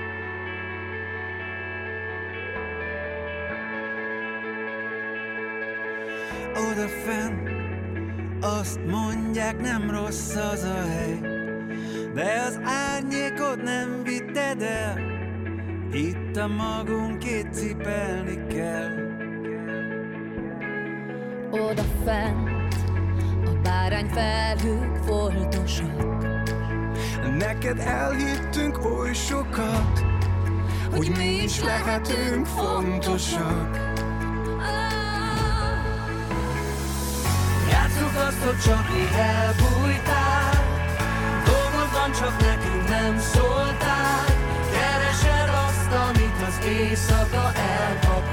Odafenn azt mondják, nem rossz az a hely, de az árnyékot nem vitted el, itt a magunkét cipelni kell. Odafent a bárányfelhők foltosak, neked elhittünk oly sokat, hogy mi is lehetünk fontosak. Játsszuk azt, hogy csak rég elbújtál, dolgod van, csak nekünk nem szóltál. Keresed azt, amit az éjszaka elkap.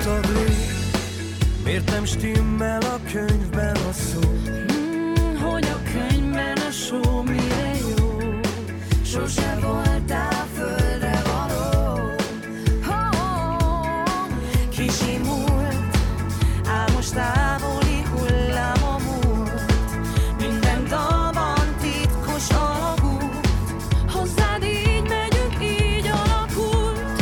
szagli, miért nem stimmel a könyvben a szó? Hmm, hogy a könyvben a só mire jó? Sose voltál földre való. Oh, oh, kisimult, álmos távoli hullám a múlt. Minden dalban titkos alagút, hozzád így megyünk, így alakult.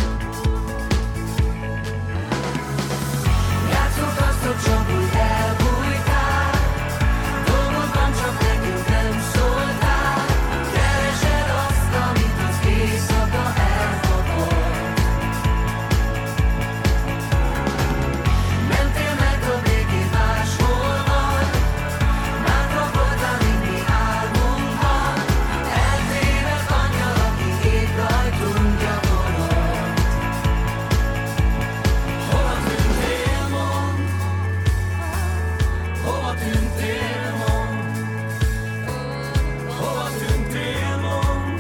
Játsszuk azt, hogy csak úgy elbújtál, dolgodban csak nekünk nem szóltál. Keresed azt, amit az éjszaka elkapott. Mentél meg a végén máshol van, mátra voltál, mint mi álmunkban. Eltévedt angyal, aki épp rajtunk gyakorol. Hova tűntél, mond? Hova tűntél, mond? Hova tűntél, mond?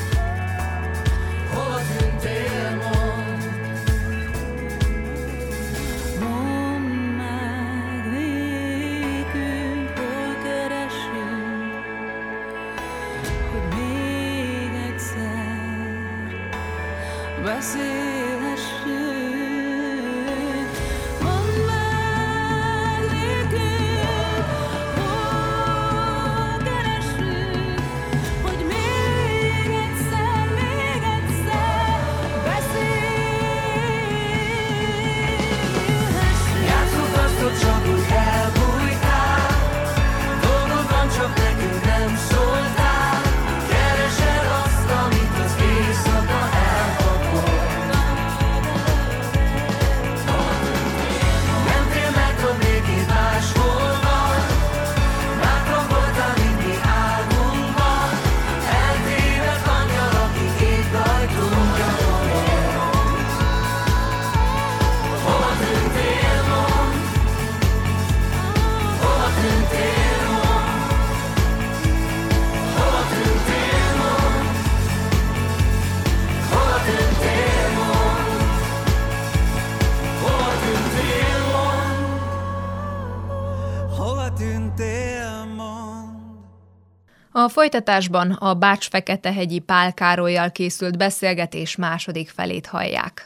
Hova tűntél, mond? Mondd meg nékünk, hol keresünk, hogy még egyszer beszélhessünk. Mondd meg nékünk, hol keresünk, hogy még egyszer, még egyszer beszélhessünk. Játsszuk azt, hogy csak úgy elbújtál, dolgodban csak nekünk nem szóltál. Keresed azt, amit az éjszaka elkapott. Mentél meg a végén máshol van, mátra voltál, mint mi álmunkban. Eltévedt angyal, aki épp rajtunk gyakorol. Hova tűntél, mond? Hova tűntél, mond? Hova tűntél, mond? Hova tűntél, mond? Hova tűntél, mond? Hova tűntél, mond? A folytatásban a Bács-Feketehegyi Pál Károllyal készült beszélgetés második felét hallják.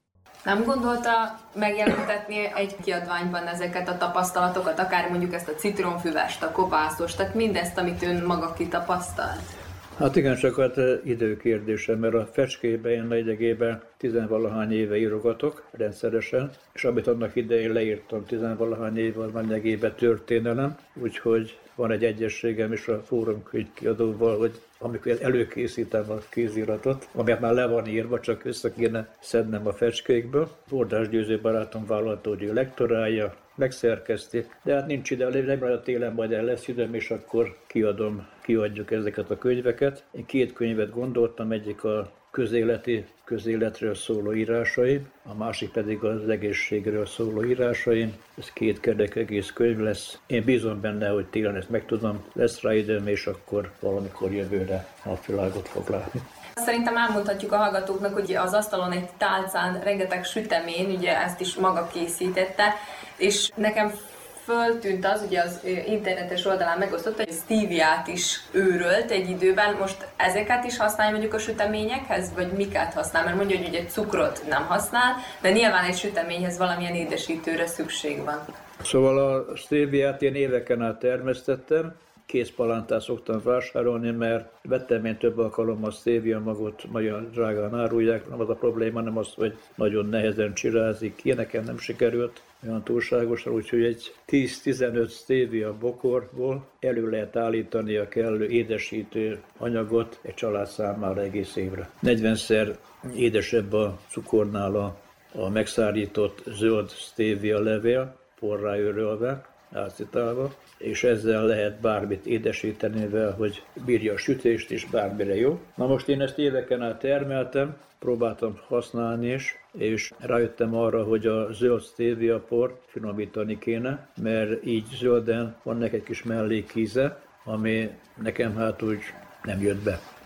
Nem gondolta megjelentetni egy kiadványban ezeket a tapasztalatokat, akár mondjuk ezt a citromfüvest, a kopászost, tehát mindezt, amit ön maga kitapasztalt? Hát igen, csak hát időkérdése, mert a fecskében én lényegében tizenvalahány éve írogatok rendszeresen, és amit annak idején leírtam tizenvalahány éve, az lényegében történelem, úgyhogy van egy egyességem is a Fórum könyvkiadóval, hogy amikor előkészítem a kéziratot, amelyet már le van írva, csak össze kéne szednem a fecskékből. Bordás Győző barátom vállalta, hogy ő lektorálja, megszerkeszti, de hát nincs ide, nem a télen majd el lesz időm, és akkor kiadom, kiadjuk ezeket a könyveket. Én két könyvet gondoltam, egyik a közéleti, közéletről szóló írásaim, a másik pedig az egészségről szóló írásaim. Ez két kerek egész könyv lesz. Én bízom benne, hogy télen ezt megtudom, lesz rá időm, és akkor valamikor jövőre napvilágot fog látni. Szerintem elmondhatjuk a hallgatóknak, hogy az asztalon egy tálcán rengeteg sütemény, ugye ezt is maga készítette, és nekem föltűnt az, ugye az internetes oldalán megosztott, hogy stevia-t is őrölt egy időben. Most ezeket is használja mondjuk a süteményekhez, vagy miket használ? Mert mondja, hogy ugye cukrot nem használ, de nyilván egy süteményhez valamilyen édesítőre szükség van. Szóval a stevia-t én éveken át termesztettem, készpalántát szoktam vásárolni, mert vettem én több alkalommal stevia magot, nagyon drágán árulják, nem az a probléma, hanem az, hogy nagyon nehezen csirázik ki, nekem nem sikerült olyan túlságosan, úgyhogy egy tíz-tizenöt stevia bokorból elő lehet állítani a kellő édesítő anyagot egy család számára egész évre. negyvenszer édesebb a cukornál a, a megszárított zöld stevia levél, porrá őrölve, átszitálva, és ezzel lehet bármit édesíteni, mivel hogy bírja a sütést is, bármire jó. Na most én ezt éveken át termeltem, próbáltam használni is, és rájöttem arra, hogy a zöld stevia port finomítani kéne, mert így zölden van neki egy kis mellékíze, ami nekem hát úgy nem jött be.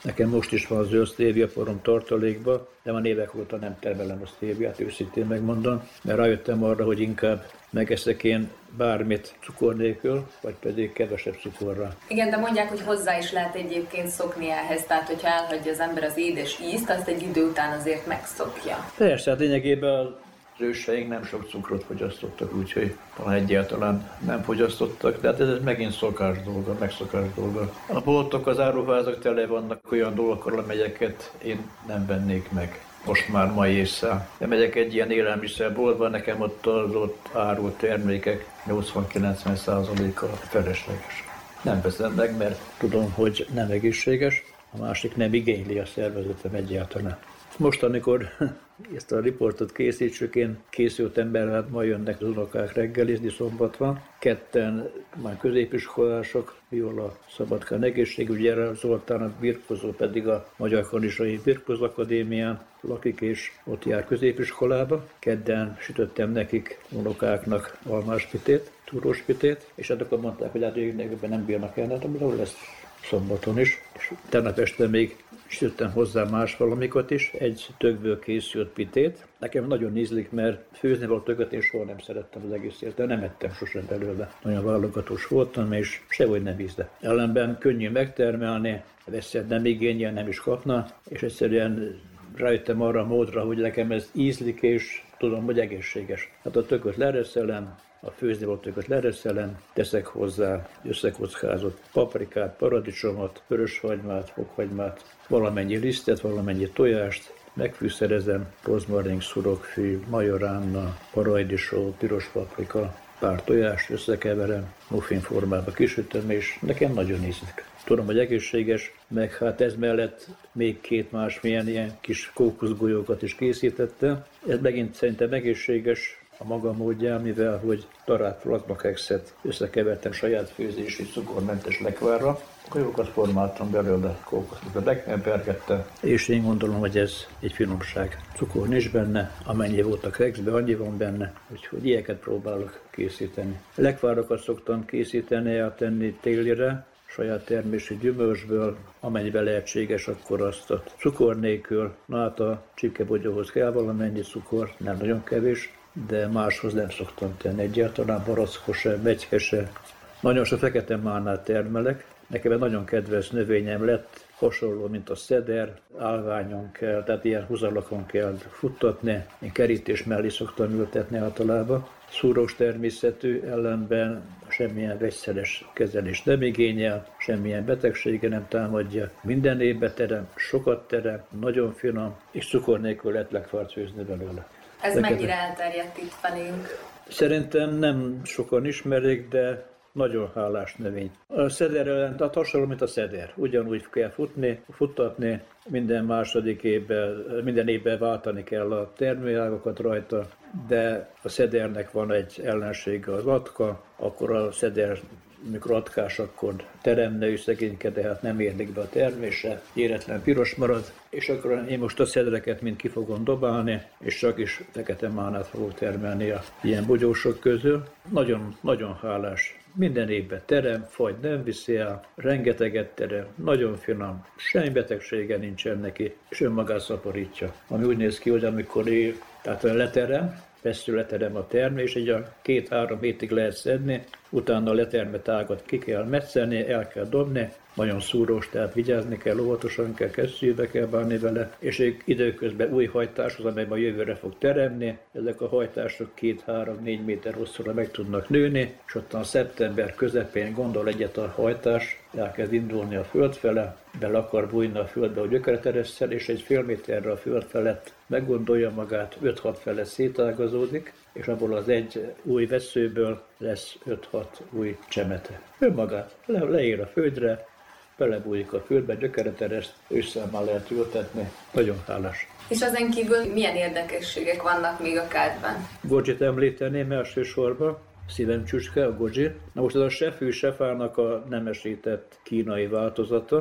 Nekem most is van zöld sztéviaporom tartalékba, de már évek óta nem termelem a sztéviát, őszintén megmondom, mert rájöttem arra, hogy inkább megeszek én bármit cukor nélkül, vagy pedig kevesebb cukorra. Igen, de mondják, hogy hozzá is lehet egyébként szokni ehhez, tehát hogyha elhagyja az ember az édes ízt, azt egy idő után azért megszokja. Persze, hát lényegében az őseink nem sok cukrot fogyasztottak, úgyhogy talán egyáltalán nem fogyasztottak, de hát ez megint szokás dolga, megszokás dolga. A boltok, az áruházak tele vannak olyan dolgokkal, amelyeket én nem vennék meg. Most már mai észre. De megyek egy ilyen élelmiszerboltba, nekem ott az ott árult termékek nyolcvan-kilencven százaléka felesleges. Nem veszem meg, mert tudom, hogy nem egészséges, a másik nem igényli a szervezetem egyáltalán. Most, amikor ezt a riportot készítsük, én készültem be, hát ma jönnek az unokák reggelizni, szombat van. Ketten már középiskolások, Viola Szabadkán egészségügyére, Zoltán a birkozó pedig a Magyar Kanizsai Birkozó Akadémián lakik, és ott jár középiskolába. Kedden sütöttem nekik, unokáknak almáspitét, túróspitét, és hát akkor mondták, hogy hát ők nem bírnak el, hát amire lesz szombaton is. És tegnap este még sütöttem hozzá más valamikat is, egy tökből készült pitét. Nekem nagyon ízlik, mert főzni való tököt én soha nem szerettem az egész életben, nem ettem sosem belőle. Nagyon válogatós voltam, és sehogy nem ízde. Ellenben könnyű megtermelni, veszed nem igényel, nem is kapna, és egyszerűen rájöttem arra a módra, hogy nekem ez ízlik, és tudom, hogy egészséges. Hát a tököt lereszelem, a főzni való tököt lereszelem, teszek hozzá összekockázott paprikát, paradicsomot, vöröshagymát, fokhagymát, valamennyi lisztet, valamennyi tojást, megfűszerezem, rozmarin, szurokfű, majoránna, paradicsó, piros paprika, pár tojást összekeverem, muffin formába kisütöm, és nekem nagyon ízlik. Tudom, hogy egészséges, meg hát ez mellett még két másmilyen ilyen kis kókuszgolyókat is készítettem. Ez megint szerintem egészséges a maga módján, mivel hogy tarált plazmakekszet összekevertem saját főzési cukormentes lekvárra. Golyókat formáltam belőle, kókuszot megpergettem, és én gondolom, hogy ez egy finomság. Cukor nincs benne, amennyi volt a kekszben, annyi van benne, úgyhogy ilyeket próbálok készíteni. Lekvárokat szoktam készíteni, eltenni télire, saját termésű gyümölcsből, amennyiben lehetséges, akkor azt a cukor nélkül. Na hát a csipkebogyóhoz kell valamennyi cukor, nem nagyon kevés, de máshoz nem szoktam tenni egyáltalán, barackos se, megyke se. Nagyon sok fekete málnát termelek, nekem egy nagyon kedves növényem lett, hasonló, mint a szeder, állványon kell, tehát ilyen húzalakon kell futtatni, én kerítés mellé szoktam ültetni általában. Szúrós természetű, ellenben semmilyen vegyszeres kezelés nem igényel, semmilyen betegsége nem támadja. Minden évben terem, sokat terem, nagyon finom, és cukor nélkül lehet lekvárt főzni belőle. Ez Leked... mennyire elterjedt itt felénk? Szerintem nem sokan ismerik, de nagyon hálás növény. A szeder ellen, tehát hasonló, mint a szeder. Ugyanúgy kell futni, futtatni, minden második évben, minden évben váltani kell a termőágakat rajta, de a szedernek van egy ellensége, az atka, akkor a szeder, mikor atkás, akkor teremne és szegényke, de hát nem érlik be a termése, éretlen piros marad, és akkor én most a szedreket mind ki fogom dobálni, és csak is fekete málnát fogok termelni a ilyen bogyósok közül. Nagyon, nagyon hálás. Minden évben terem, fagy nem viszi el, rengeteget terem, nagyon finom, semmi betegsége nincsen neki, és önmagát szaporítja. Ami úgy néz ki, hogy amikor él, tehát leterem, feszül leterem a termés, így a két-három hétig lehet szedni, utána a letermet ágat ki kell metszelni, el kell dobni, nagyon szúrós, tehát vigyázni kell, óvatosan kell, kesztyűbe kell bánni vele, és időközben új hajtáshoz, amelyben a jövőre fog teremni, ezek a hajtások két-három-négy méter hosszúra meg tudnak nőni, és ott a szeptember közepén gondol egyet a hajtás, elkezd indulni a föld fele, bele akar bújni a földbe, hogy gyökeret eresszel, és egy fél méterre a föld felett meggondolja magát, öt-hat felett szétágazódik, és abból az egy új veszőből lesz öt-hat új csemete. Önmagát le, leér a földre, belebújik a földbe, gyökeret ereszt, ősszel már lehet ültetni. Nagyon hálás. És ezen kívül milyen érdekességek vannak még a kertben? Godzsit említeném elsősorban, szívemcsücske, a godzsi. Na most ez a se fű, se fának a nemesített kínai változata.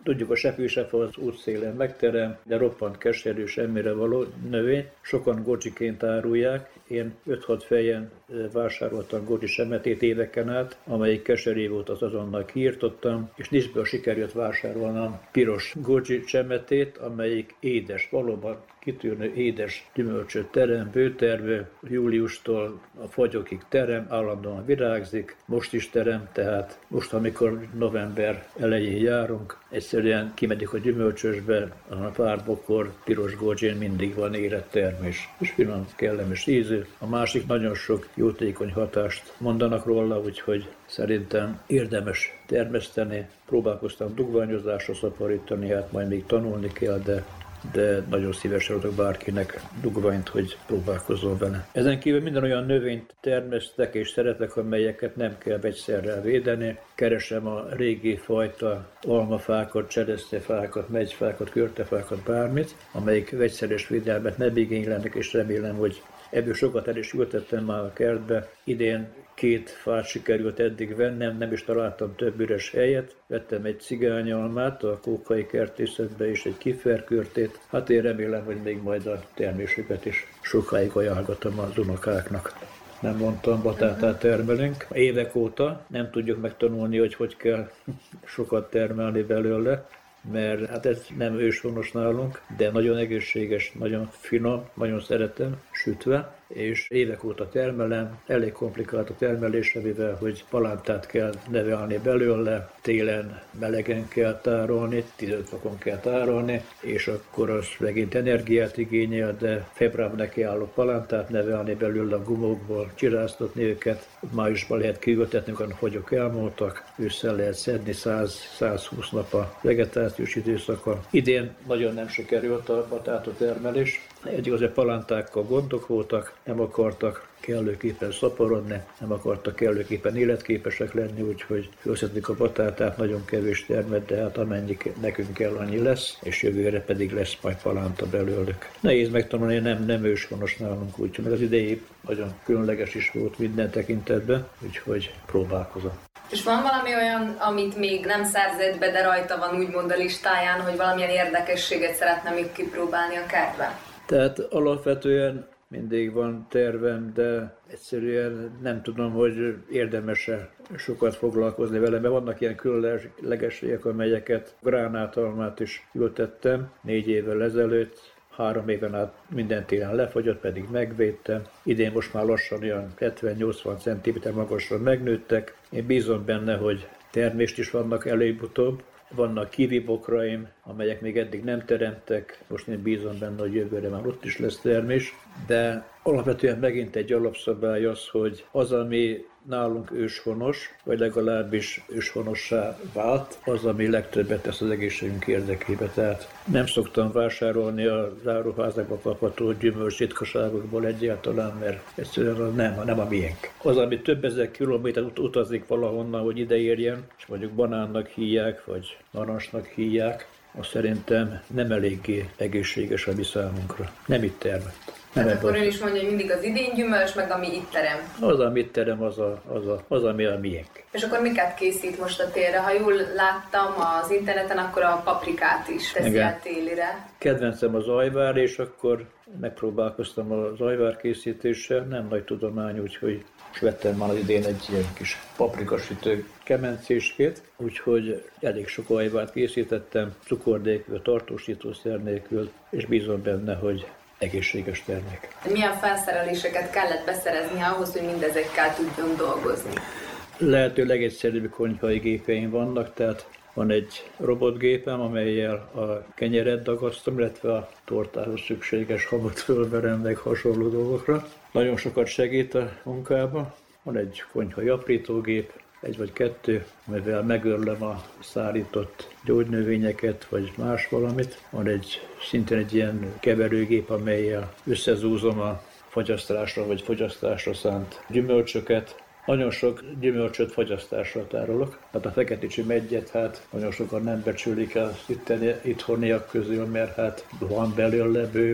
Tudjuk, a sepősefa az útszélen megterem, de roppant keserű, semmire való növény. Sokan gocsiként árulják. Én öt-hat fejen vásároltam gocsi semetét éveken át, amelyik keserű volt, az azonnal kiirtottam, és nincsből sikerült vásárolnom piros gocsi semetét, amelyik édes, valóban kitűnő édes gyümölcsöt terem, bőtervő, júliustól a fagyokig terem, állandóan virágzik, most is terem, tehát most, amikor november elején járunk, egyszerűen kimegyek a gyümölcsösbe, a párbokor, piros gocsin mindig van érett termés, és finom, kellemes ízű. A másik nagyon sok jótékony hatást mondanak róla, úgyhogy szerintem érdemes termeszteni. Próbálkoztam dugványozásra szaporítani, hát majd még tanulni kell, de de nagyon szívesen adok bárkinek dugványt, hogy próbálkozzon vele. Ezen kívül minden olyan növényt termesztek és szeretek, amelyeket nem kell vegyszerrel védeni. Keresem a régi fajta almafákat, cseresznyefákat, megyfákat, körtefákat, bármit, amelyik vegyszeres védelmet nem igénylenek, és remélem, hogy ebből sokat el is ültettem már a kertbe. Idén két fát sikerült eddig vennem, nem is találtam több üres helyet. Vettem egy cigányalmát a Kókai kertészetbe és egy kiferkörtét. Hát én remélem, hogy még majd a termésüket is sokáig ajánlgatom az unokáknak. Nem mondtam, batátát termelünk. Évek óta nem tudjuk megtanulni, hogy hogy kell sokat termelni belőle, mert hát ez nem őshonos nálunk, de nagyon egészséges, nagyon finom, nagyon szeretem, sütve, és évek óta termelem, elég komplikált a termelése, mivel hogy palántát kell nevelni belőle, télen melegen kell tárolni, tizenöt fokon kell tárolni, és akkor az megint energiát igényel, de februárban neki álló palántát nevelni belőle a gumókból, csiráztatni őket, májusban lehet kiültetni, amikor a fagyok elmúltak, ősszel lehet szedni, száz-százhúsz nap a vegetációs időszakon. Idén nagyon nem sikerült a batátatermelés, egy igazi palántákkal gondok voltak, nem akartak kellőképpen szaporodni, nem akartak kellőképpen életképesek lenni, úgyhogy felszedik a batátát, nagyon kevés termet, de hát amennyi nekünk kell, annyi lesz, és jövőre pedig lesz majd palánta belőlük. Nehéz megtanulni, nem, nem őshonos nálunk, úgyhogy meg az idei nagyon különleges is volt minden tekintetben, úgyhogy próbálkozom. És van valami olyan, amit még nem szerzett be, de rajta van úgymond a listáján, hogy valamilyen érdekességet szeretne még kipróbálni a kertben? Tehát alapvetően mindig van tervem, de egyszerűen nem tudom, hogy érdemes-e sokat foglalkozni vele, mert vannak ilyen különlegességek, amelyeket gránátalmát is ültettem négy évvel ezelőtt, három éven át minden télen lefagyott, pedig megvédtem. Idén most már lassan olyan hetven-nyolcvan centiméter magasra megnőttek. Én bízom benne, hogy termést is vannak előbb-utóbb. Vannak kivibokraim, amelyek még eddig nem teremtek, most én bízom benne, hogy jövőre már ott is lesz termés, de alapvetően megint egy alapszabály az, hogy az, ami nálunk őshonos, vagy legalábbis őshonossá vált, az, ami legtöbbet tesz az egészségünk érdekében. Tehát nem szoktam vásárolni az áruházakba kapható gyümölcs ritkaságokból egyáltalán, mert egyszerűen az nem, nem a miénk. Az, ami több ezer kilométert utazik valahonnan, hogy ide érjen, és mondjuk banánnak hívják, vagy narancsnak hívják, azt szerintem nem eléggé egészséges a mi számunkra. Nem itt termett. Hát akkor ön is mondja, hogy mindig az idén gyümölcs, meg ami itt terem. Az, ami itt terem, az, a, az, a, az ami a miénk. És akkor miket készít most a télre? Ha jól láttam az interneten, akkor a paprikát is teszi el télire. Kedvencem az ajvár, és akkor megpróbálkoztam az ajvár készítéssel. Nem nagy tudomány, úgyhogy most vettem már az idén egy ilyen kis paprikasütő kemencéskét, úgyhogy elég sok ajvárt készítettem, cukor nélkül, tartósítószer nélkül, és bízom benne, hogy egészséges termék. Milyen felszereléseket kellett beszerezni ahhoz, hogy mindezekkel tudjon dolgozni? Lehető legegyszerűbb konyhai gépeim vannak, tehát van egy robotgépem, amellyel a kenyeret dagasztom, illetve a tortához szükséges habot fölverem, meg hasonló dolgokra. Nagyon sokat segít a munkában. Van egy konyhai aprítógép, egy vagy kettő, amivel megörlöm a szárított gyógynövényeket, vagy más valamit. Van egy szintén egy ilyen keverőgép, amellyel összezúzom a fagyasztásra vagy fogyasztásra szánt gyümölcsöket. Nagyon sok gyümölcsöt fagyasztásra tárolok. Hát a feketicsi meggyet, hát nagyon sokan nem becsülik el itteni, itthoniak közül, mert hát van belőle bőven.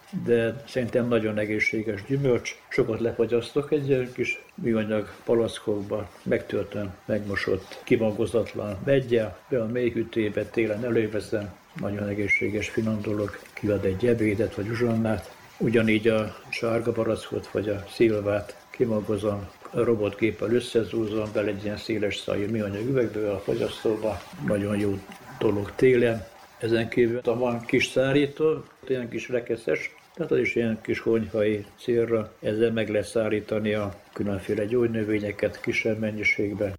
de szerintem nagyon egészséges gyümölcs. Sokat lefagyasztok egy kis műanyag palackokba, megtöltöm, megmosott, kimagozatlan meggyel, be a mélyhűtőbe, télen előveszem, nagyon egészséges, finom dolog, kiad egy ebédet vagy uzsonnát. Ugyanígy a sárga barackot vagy a szilvát kimagozom, a robotgéppel összezúzom, bele egy ilyen széles szájú műanyag üvegből a fagyasztóba, nagyon jó dolog télen. Ezen kívül van kis szárító, ilyen kis rekeszes, tehát az is ilyen kis konyhai célra, ezzel meg lehet szárítani a különféle gyógynövényeket kisebb mennyiségben.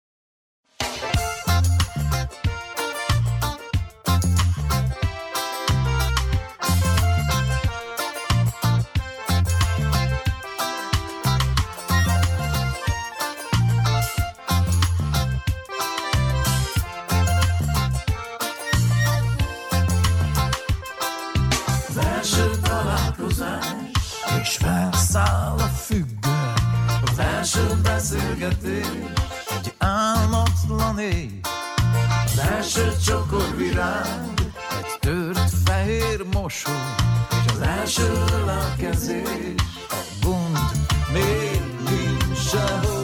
És felszáll a függő, az első beszélgetés, egy álmatlan éj, az első csokorvirág, egy tört fehér mosoly, és az első ölelkezés, a gond még nincs sehol.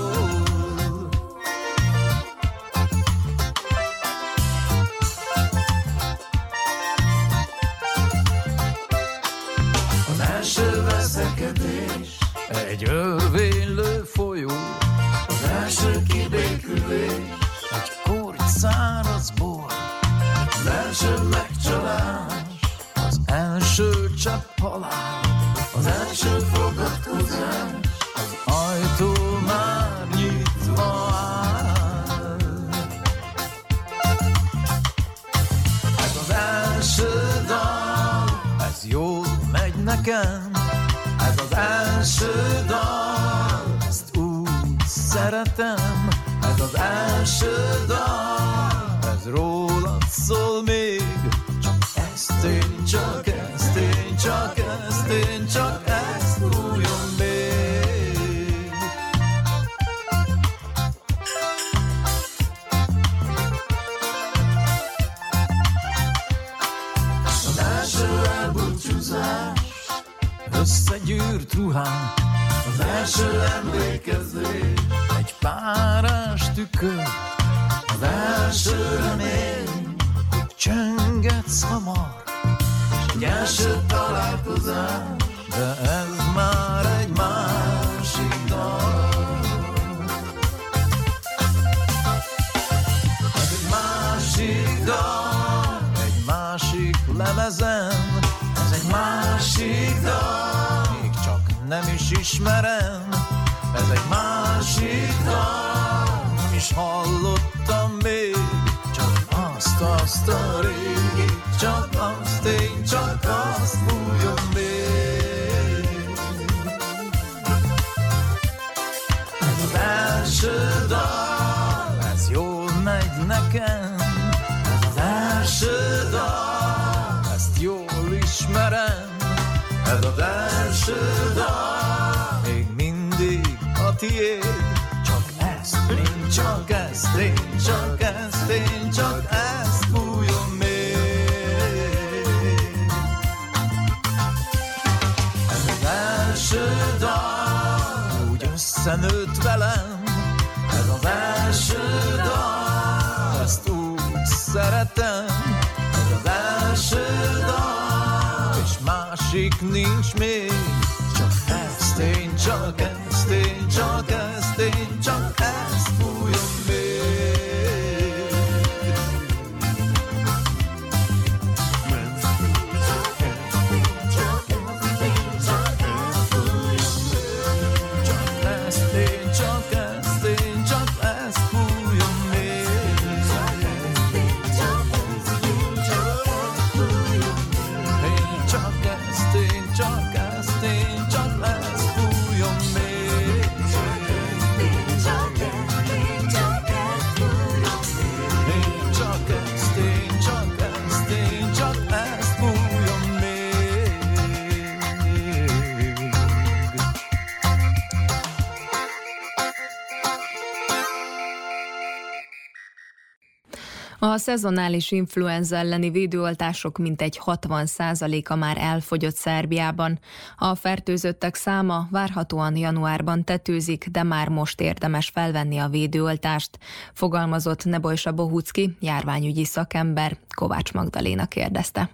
Az első veszekedés, egy örvénylő folyó, az első kibékülés, egy korty száraz bor, az első megcsalás, az első csepp halál, az első fogadkozás, az ajtó már nyitva áll. Ez az első dal, ez jól megy nekem, ez az első dal, ezt úgy szeretem, ez az első dal, ez rólad szól még, csak ezt én, csak ezt én, csak ezt én, csak ezt fújjon még. Az első elbúcsúzás, összegyűrt ruhám, az első emlékezés, egy párás tükör, az első remény, hogy csöngetsz hamar, és egy első találkozás, de ez már egy másik dal. Ez egy másik dal, egy másik lemezen, ez egy másik dal, még csak nem is ismerem, ez egy másik dal, nem is hallottam még, csak azt, azt a régi, csak azt én, csak azt fújjon még. Ez az első dal, ez jól megy nekem, ez az első dal, ezt jól ismerem, ez az első dal, még mindig a tiéd, csak ezt én, csak ezt én, csak ezt én, csak ezt fújjon még. Ez az első dal, úgy összenőtt velem, ez az első dal, ezt úgy szeretem, ez az első dal, és másik nincs még, csak ezt én, csak ezt én, csak ezt én, csak ezt fújjon még. Csak ezt én, csak ezt én, csak ezt fújjon még. Én csak ezt én, csak ezt én, csak ezt fújjon még. A szezonális influenza elleni védőoltások mintegy hatvan százaléka már elfogyott Szerbiában. A fertőzöttek száma várhatóan januárban tetőzik, de már most érdemes felvenni a védőoltást, fogalmazott Nebojsa Bohucki, járványügyi szakember. Kovács Magdaléna kérdezte.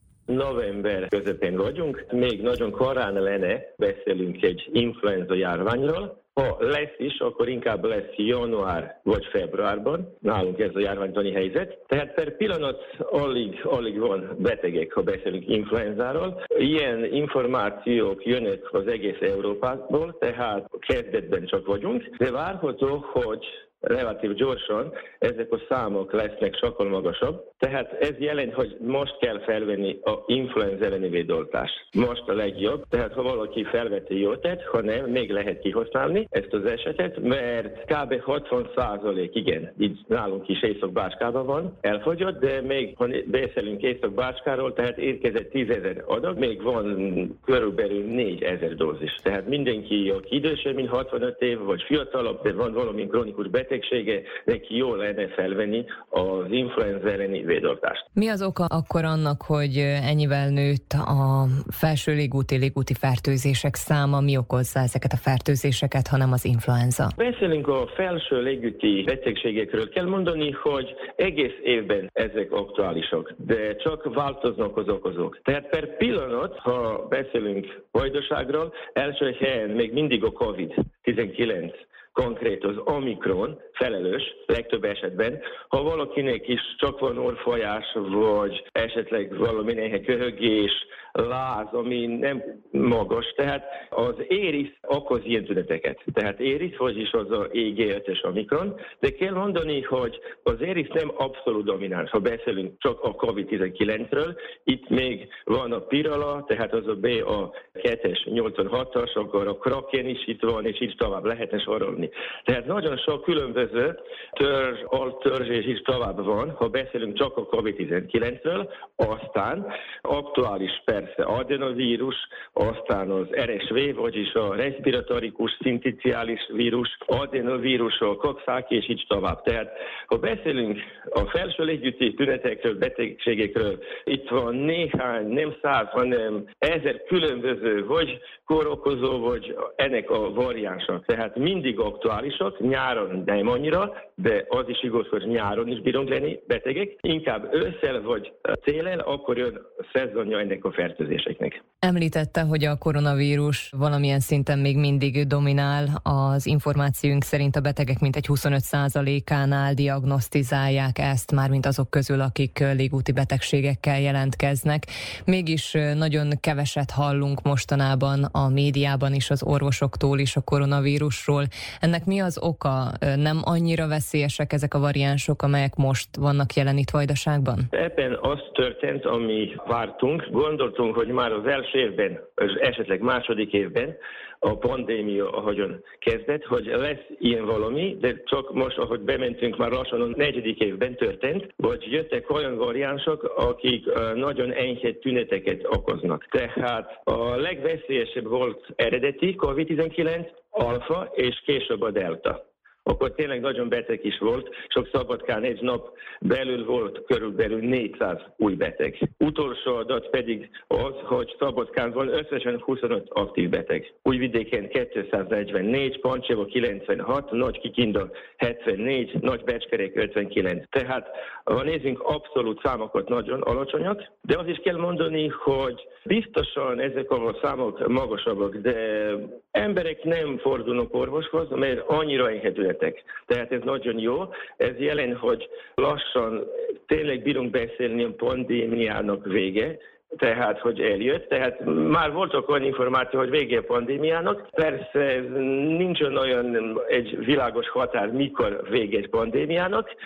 November közepén vagyunk, még nagyon korán lenne beszélünk egy influenza járványról. Ha lesz is, akkor inkább lesz január vagy februárban, nálunk ez a járványtani helyzet. Tehát per pillanat alig, alig van betegek, ha beszélünk influenzáról. Ilyen információk jönnek az egész Európából, tehát kezdetben csak vagyunk, de várható, hogy relatív gyorsan ezek a számok lesznek sokkal magasabb. Tehát ez jelent, hogy most kell felvenni a influenza elleni védőoltást. Most a legjobb, tehát ha valaki felveti, jó tett, ha nem, még lehet kihasználni ezt az esetet, mert kb. hatvan százalék, igen, így nálunk is Észak-Bácskában van, elfogyott, de még ha beszélünk Észak-Bácskáról, tehát érkezett tízezer adag, még van körülbelül négyezer dózis. Tehát mindenki, aki idősebb, mint hatvanöt év, vagy fiatalabb, de van valami krónikus betegsége, neki jó lenne felvenni az influenza elleni védőoltást. Mi az oka akkor annak, hogy ennyivel nőtt a felső légúti, légúti fertőzések száma? Mi okozza ezeket a fertőzéseket, hanem az influenza? Beszélünk a felső légúti betegségekről. Kell mondani, hogy egész évben ezek aktuálisak, de csak változnak az okozók. Tehát per pillanat, ha beszélünk vajdaságról, első helyen még mindig a kovid tizenkilenc. Konkrét az Omikron felelős legtöbb esetben. Ha valakinek is csak van orrfolyás, vagy esetleg valami néha köhögés, láz, ami nem magas, tehát az éris okoz ilyen tüneteket. Tehát éris, vagyis az a é gé ötös Omikron, de kell mondani, hogy az éris nem abszolút domináns. Ha beszélünk csak a kovid tizenkilencről, itt még van a pirala, tehát az a bé á kettes nyolcvanhatos, akkor a kraken is itt van, és így tovább lehetne sorolni. Tehát nagyon sok különböző törzs, altörzs és így tovább van, ha beszélünk csak a kovid tizenkilencről, aztán aktuális persze adenovírus, aztán az er es vé, vagyis a respiratorikus szintíciális vírus, adenovírus, a Coxsackie és így tovább. Tehát ha beszélünk a felső légúti tünetekről, betegségekről, itt van néhány, nem száz, hanem ezer különböző, vagy kórokozó, vagy ennek a variánsok. Tehát mindig aktuálisak, nyáron nem annyira, de az is igaz, hogy nyáron is bírunk lenni betegek. Inkább ősszel vagy télen, akkor jön a szezonja ennek a fertőzéseknek. Említette, hogy a koronavírus valamilyen szinten még mindig dominál. Az információink szerint a betegek mintegy huszonöt százalékánál diagnosztizálják ezt, mármint azok közül, akik légúti betegségekkel jelentkeznek. Mégis nagyon keveset hallunk mostanában a médiában is, az orvosoktól is a koronavírusról. Ennek mi az oka? Nem annyira veszélyesek ezek a variánsok, amelyek most vannak jelen itt Vajdaságban? Ebben az történt, ami vártunk. Gondoltunk, hogy már az első évben, esetleg második évben a pandémia, ahogyan kezdett, hogy lesz ilyen valami, de csak most, ahogy bementünk, már lassan a negyedik évben történt, vagy jöttek olyan variánsok, akik nagyon enyhe tüneteket okoznak. Tehát a legveszélyesebb volt eredeti kovid tizenkilenc, alfa és később a delta. Akkor tényleg nagyon beteg is volt, sok Szabadkán egy nap belül volt körülbelül négyszáz új beteg. Utolsó adat pedig az, hogy Szabadkán van összesen huszonöt aktív beteg. Újvidéken kétszáznegyvennégy, Pancséva kilencvenhat, Nagy-Kikinda hetvennégy, Nagybecskerek ötvenkilenc. Tehát ha nézzünk, abszolút számokat nagyon alacsonyak, de az is kell mondani, hogy biztosan ezek a számok magasabbak, de emberek nem fordulnak orvoshoz, mert annyira enyhe. Tehát ez nagyon jó. Ez jelent, hogy lassan tényleg bírunk beszélni a pandémiának vége, tehát, hogy eljött. Tehát már voltak olyan információ, hogy vége a pandémiának. Persze ez nincsen olyan egy világos határ, mikor vége egy pandémiának,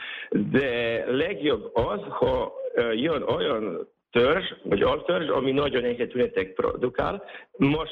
de legjobb az, ha jön olyan törzs, vagy altörzs, ami nagyon enyhe tünetek produkál. Most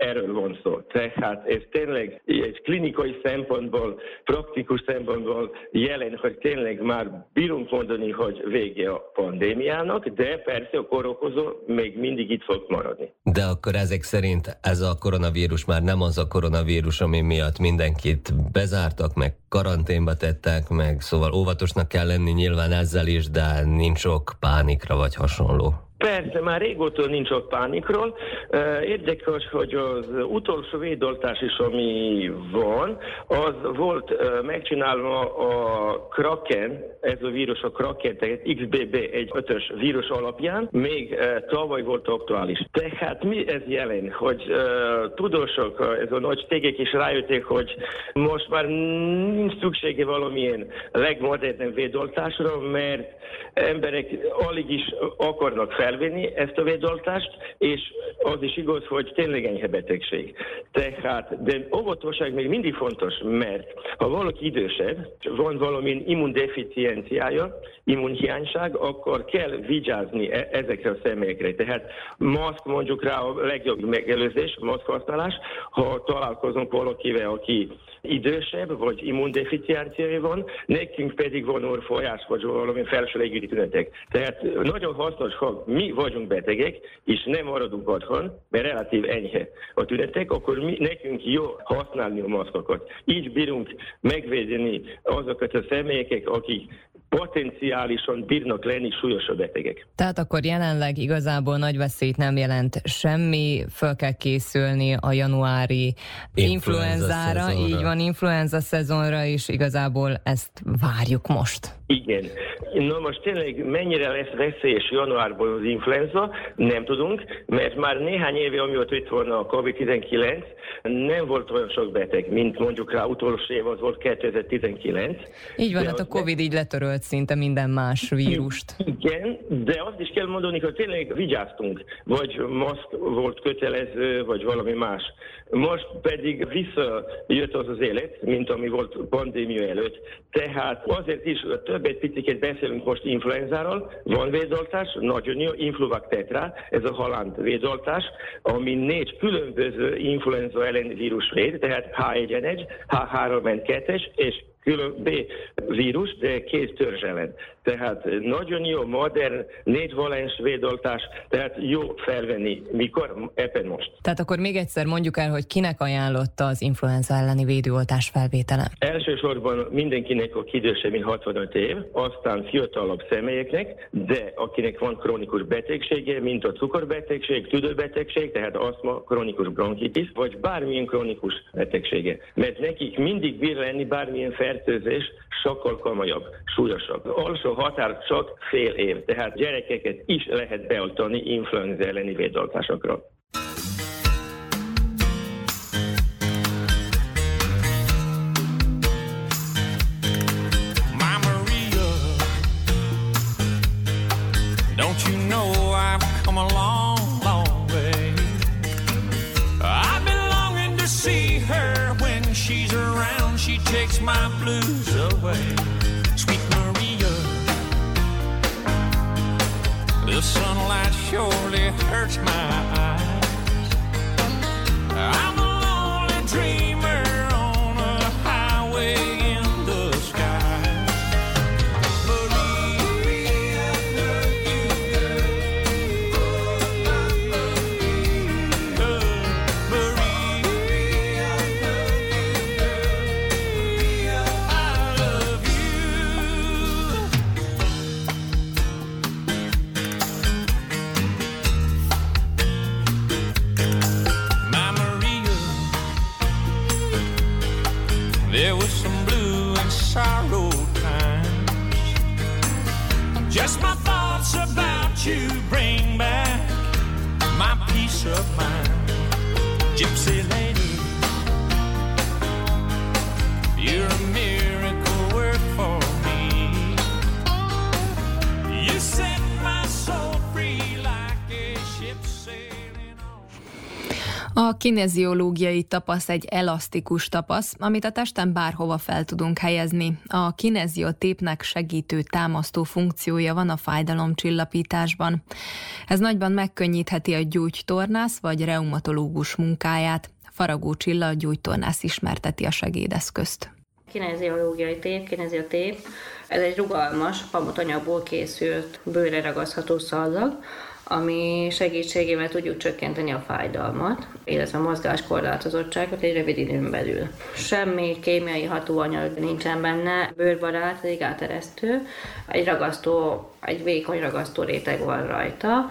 erről van szó. Tehát ez tényleg egy klinikai szempontból, praktikus szempontból jelen, hogy tényleg már bírunk mondani, hogy vége a pandémiának, de persze a korokozó még mindig itt fog maradni. De akkor ezek szerint ez a koronavírus már nem az a koronavírus, ami miatt mindenkit bezártak, meg karanténba tettek, meg szóval óvatosnak kell lenni nyilván ezzel is, de nincs ok pánikra vagy hasonló. Persze, már régóta nincs ott pánikról. Érdekes, hogy az utolsó védoltás is, ami van, az volt megcsinálva a Kraken, ez a vírus a Kraken, tehát iksz bé bé egy ötös vírus alapján, még tavaly volt aktuális. Tehát mi ez jelent, hogy uh, tudósok, ez a nagy cégek is rájöttek, hogy most már nincs szüksége valamilyen legmodernebb védoltásra, mert emberek alig is akarnak felvenni ezt a védoltást, és az is igaz, hogy tényleg enyhe betegség. Tehát, de óvatosság még mindig fontos, mert ha valaki idősebb, van valamilyen immundeficienciája, immunhiányság, akkor kell vigyázni e- ezekre a személyekre. Tehát maszk mondjuk rá a legjobb megelőzés, maszk használás, ha találkozunk valakivel, aki idősebb, vagy immundeficienciája van, nekünk pedig van orrfolyás, vagy valami felső légügyi tünetek. Tehát nagyon hasznos, ha mi vagyunk betegek, és nem maradunk otthon, mert relatív enyhe a tünetek, akkor mi, nekünk jó használni a maszkokat. Így bírunk megvédeni azokat a személyeket, akik potenciálisan bírnak lenni súlyosabb betegek. Tehát akkor jelenleg igazából nagy veszélyt nem jelent semmi, föl kell készülni a januári influenzára, így van, influenza szezonra is, igazából ezt várjuk most. Igen. Na most tényleg mennyire lesz veszélyes januárban az influenza, nem tudunk, mert már néhány éve, amióta itt van a kovid tizenkilenc, nem volt olyan sok beteg, mint mondjuk rá utolsó év, az volt kétezer-tizenkilenc. Így van, de hát a Covid így letörölt szinte minden más vírust. Igen, de azt is kell mondani, hogy tényleg vigyáztunk, vagy maszk volt kötelező, vagy valami más. Most pedig visszajött az az élet, mint ami volt pandémia előtt. Tehát azért is többet picit beszélünk most influenzáról, van védoltás, nagyon jó, Influvac Tetra, ez a holland védoltás, ami négy különböző influenza ellen vírus véd, tehát há egy en egy, há három en kettes és külön B vírus, de két törzs ellen. Tehát nagyon jó, modern, négyvalens védoltás, tehát jó felvenni. Mikor? Éppen most. Tehát akkor még egyszer mondjuk el, hogy kinek ajánlotta az influenza elleni védőoltás felvétele? Elsősorban mindenkinek, aki idősebb, mint hatvanöt év, aztán fiatalabb személyeknek, de akinek van krónikus betegsége, mint a cukorbetegség, tüdőbetegség, tehát aszma, krónikus bronchitis, vagy bármilyen krónikus betegsége. Mert nekik mindig bír lenni bármilyen fertőzés, sokkal komolyabb, súlyosabb. Alsó határ csak fél év, tehát gyerekeket is lehet beoltani influenza elleni védoltásokra. Don't you know I've come a long, long way? I've been longing to see her when she's around. She takes my blues away. Sweet Maria, the sunlight surely hurts my eyes. I'm a lonely dreamer on a highway in the sky. There was some blue and sorrow times. Just my thoughts about you bring back my peace of mind. Gypsy lady, you're a miracle work for me. You set my soul free like a ship sailing on. A kineziológiai tapasz egy elasztikus tapasz, amit a testen bárhova fel tudunk helyezni. A kineziotépnek segítő támasztó funkciója van a fájdalomcsillapításban. Ez nagyban megkönnyítheti a gyógytornász vagy reumatológus munkáját. Faragó Csilla, a gyógytornász ismerteti a segédeszközt. Kineziológiai tép, kineziotép, ez egy rugalmas, pamutanyagból készült, bőrre ragasztható szallag, ami segítségével tudjuk csökkenteni a fájdalmat, illetve a mozgáskorlátozottságot egy rövid időn belül. Semmi kémiai hatóanyag nincsen benne, bőrbarát, légáteresztő, egy ragasztó, egy vékony ragasztó réteg van rajta,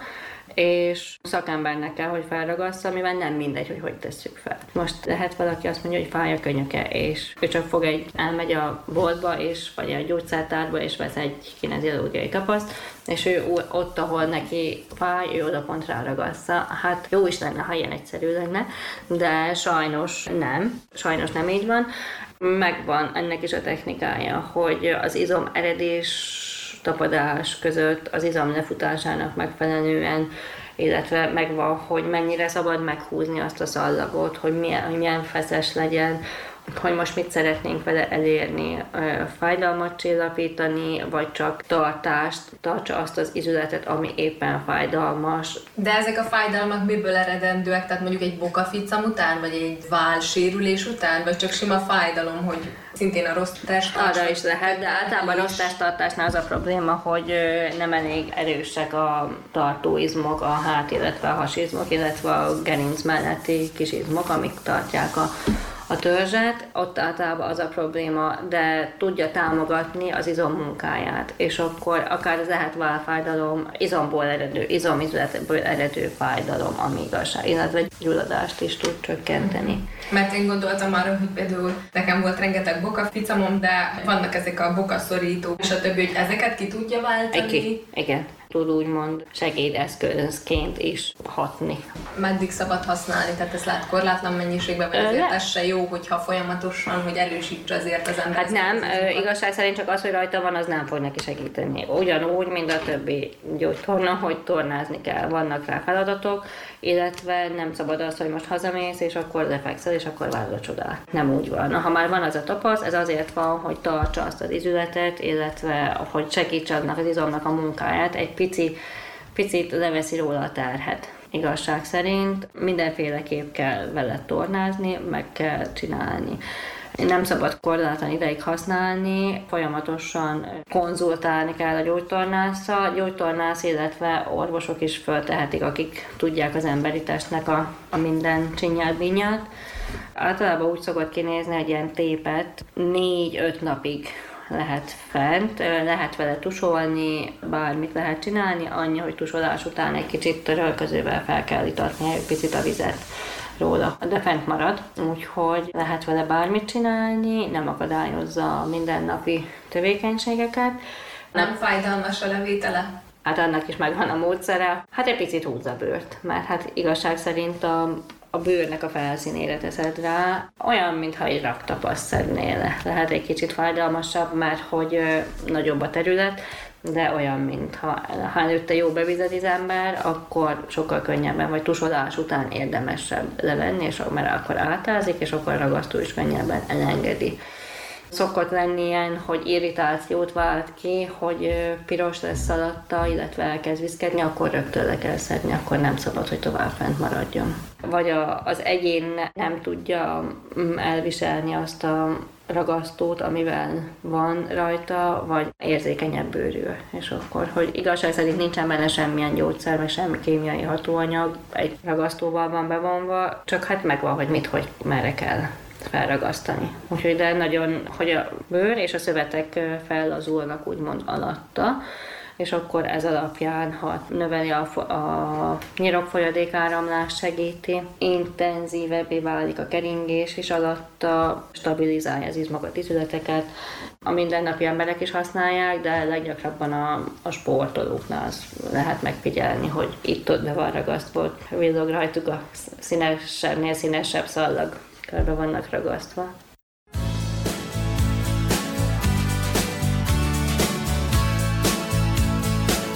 és szakembernek kell, hogy felragassza, mivel nem mindegy, hogy hogy tesszük fel. Most lehet valaki azt mondja, hogy fáj a könyöke, és ő csak fog egy, elmegy a boltba, és, vagy a gyógyszertárba, és vesz egy kineziológiai tapaszt, és ő ott, ahol neki fáj, ő oda pont ráragassza. Hát jó is lenne, ha ilyen egyszerű lenne, de sajnos nem. Sajnos nem így van. Megvan ennek is a technikája, hogy az izom eredés tapadás között az izom lefutásának megfelelően, illetve megvan, hogy mennyire szabad meghúzni azt a szallagot, hogy milyen, hogy milyen feszes legyen, hogy most mit szeretnénk vele elérni, fájdalmat csillapítani, vagy csak tartást, tartsa azt az izületet, ami éppen fájdalmas. De ezek a fájdalmak miből eredendőek? Tehát mondjuk egy bokaficam után, vagy egy vállsérülés után, vagy csak sima fájdalom, hogy szintén a rossz testtartás? Arra is lehet, de általában a rossz testtartásnál az a probléma, hogy nem elég erősek a tartóizmok, a hát, illetve a hasizmok, illetve a gerinc melletti kisizmok, amik tartják a a törzset, ott általában az a probléma, de tudja támogatni az izom munkáját, és akkor akár ez lehet válfájdalom, izomból eredő, izomizületből eredő fájdalom, ami igazság, illetve gyulladást is tud csökkenteni. Mert én gondoltam arra, hogy például nekem volt rengeteg bokaficamom, de vannak ezek a bokaszorítók, és a többi, hogy ezeket ki tudja váltani? Ki, igen. Tud úgymond segédeszközként is hatni. Meddig szabad használni? Tehát ez lehet korlátlan mennyiségben, vagy azért ez se jó, hogyha folyamatosan, hogy erősítse azért az ember? Hát nem, igazság szerint csak az, hogy rajta van, az nem fog neki segíteni. Ugyanúgy, mint a többi gyógytorna, hogy tornázni kell, vannak rá feladatok, illetve nem szabad az, hogy most hazamész, és akkor lefekszel, és akkor várod a csodát. Nem úgy van. Na, ha már van az a tapasz, ez azért van, hogy tartsa azt az izületet, illetve hogy segítse annak az izomnak a munkáját, egy pici, picit leveszi róla a terhet. Igazság szerint mindenféleképp kell vele tornázni, meg kell csinálni. Nem szabad korlátlan ideig használni, folyamatosan konzultálni kell a gyógytornásszal. Gyógytornász, illetve orvosok is föltehetik, akik tudják az emberi testnek a, a minden csinyát-binyát. Általában úgy szokott kinézni, hogy ilyen tépet négy-öt napig lehet fent, lehet vele tusolni, bármit lehet csinálni, annyi, hogy tusolás után egy kicsit törölközővel fel kell itatni egy picit a vizet róla, de fent marad, úgyhogy lehet vele bármit csinálni, nem akadályozza a mindennapi tevékenységeket. Nem fájdalmas a levétele? Hát annak is megvan a módszere. Hát egy picit húzza a bőrt, mert hát igazság szerint a a bőrnek a felszínére teszed rá, olyan, mintha egy raktapaszt szednél le. Lehet egy kicsit fájdalmasabb, mert hogy ö, nagyobb a terület, de olyan, mintha ha előtte jó bevizet az ember, akkor sokkal könnyebben, vagy tusolás után érdemesebb levenni, és mert akkor átázik, és akkor ragasztó is könnyebben elengedi. Szokott lenni ilyen, hogy irritációt vált ki, hogy piros lesz alatta, illetve elkezd viszkedni, akkor rögtön le kell szedni, akkor nem szabad, hogy tovább fent maradjon. Vagy a, az egyén nem tudja elviselni azt a ragasztót, amivel van rajta, vagy érzékenyebb bőrű. És akkor, hogy igazság szerint nincsen benne semmilyen gyógyszer, meg semmi kémiai hatóanyag, egy ragasztóval van bevonva, csak hát megvan, hogy mit, hogy merre kell felragasztani. Úgyhogy de nagyon, hogy a bőr és a szövetek fellazulnak úgymond alatta, és akkor ez alapján, ha növeli a, a nyirokfolyadék áramlást segíti, intenzívebbé válik a keringés is alatta, stabilizálja az izmokat, izületeket. A mindennapi emberek is használják, de leggyakrabban a, a sportolóknál lehet megfigyelni, hogy itt-ott be van ragasztva, villog rajtuk a színesebbnél színesebb szallag, körbe vannak ragasztva.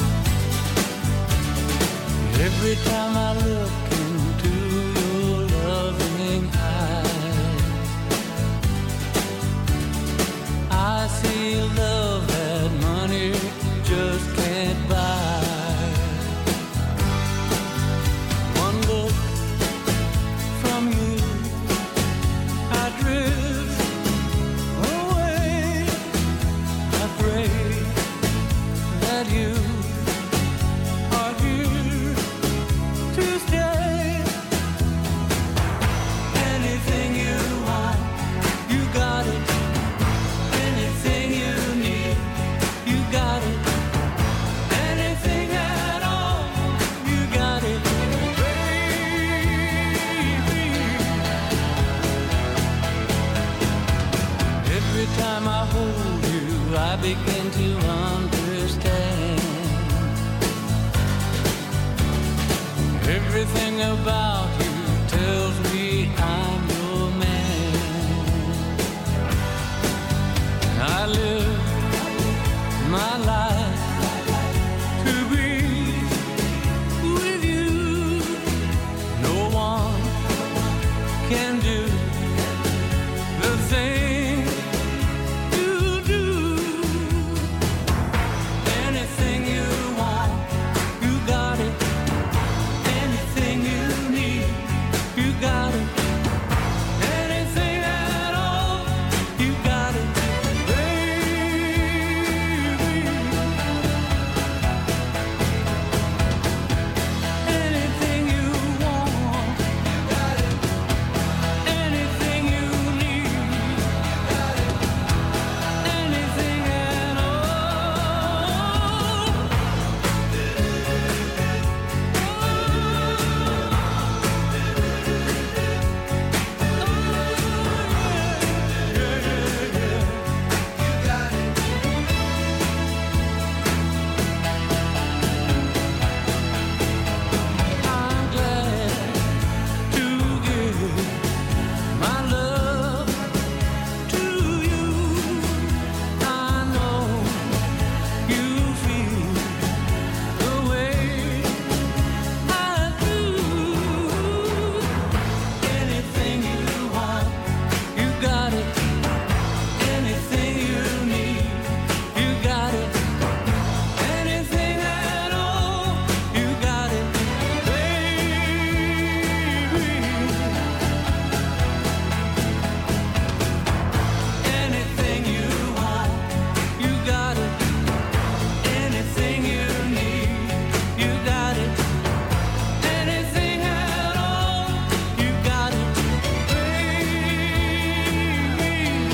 Every time I look into your time I hold you, I begin to understand. Everything about you tells me I'm your man. I live my life to be with you. No one can do the thing you do. Anything you want, you got it. Anything you need, you got it. Anything at all, you got it, baby. Anything you want, you got it. Anything you need, you got it. Anything at all. I'm glad to give my love to you. I know you feel the way I do. Anything you want, you got it. Anything you need, you got it. Anything at all, you got it, baby. Anything you want, you got it. Anything you need, you got it. Anything at all, you got it, baby.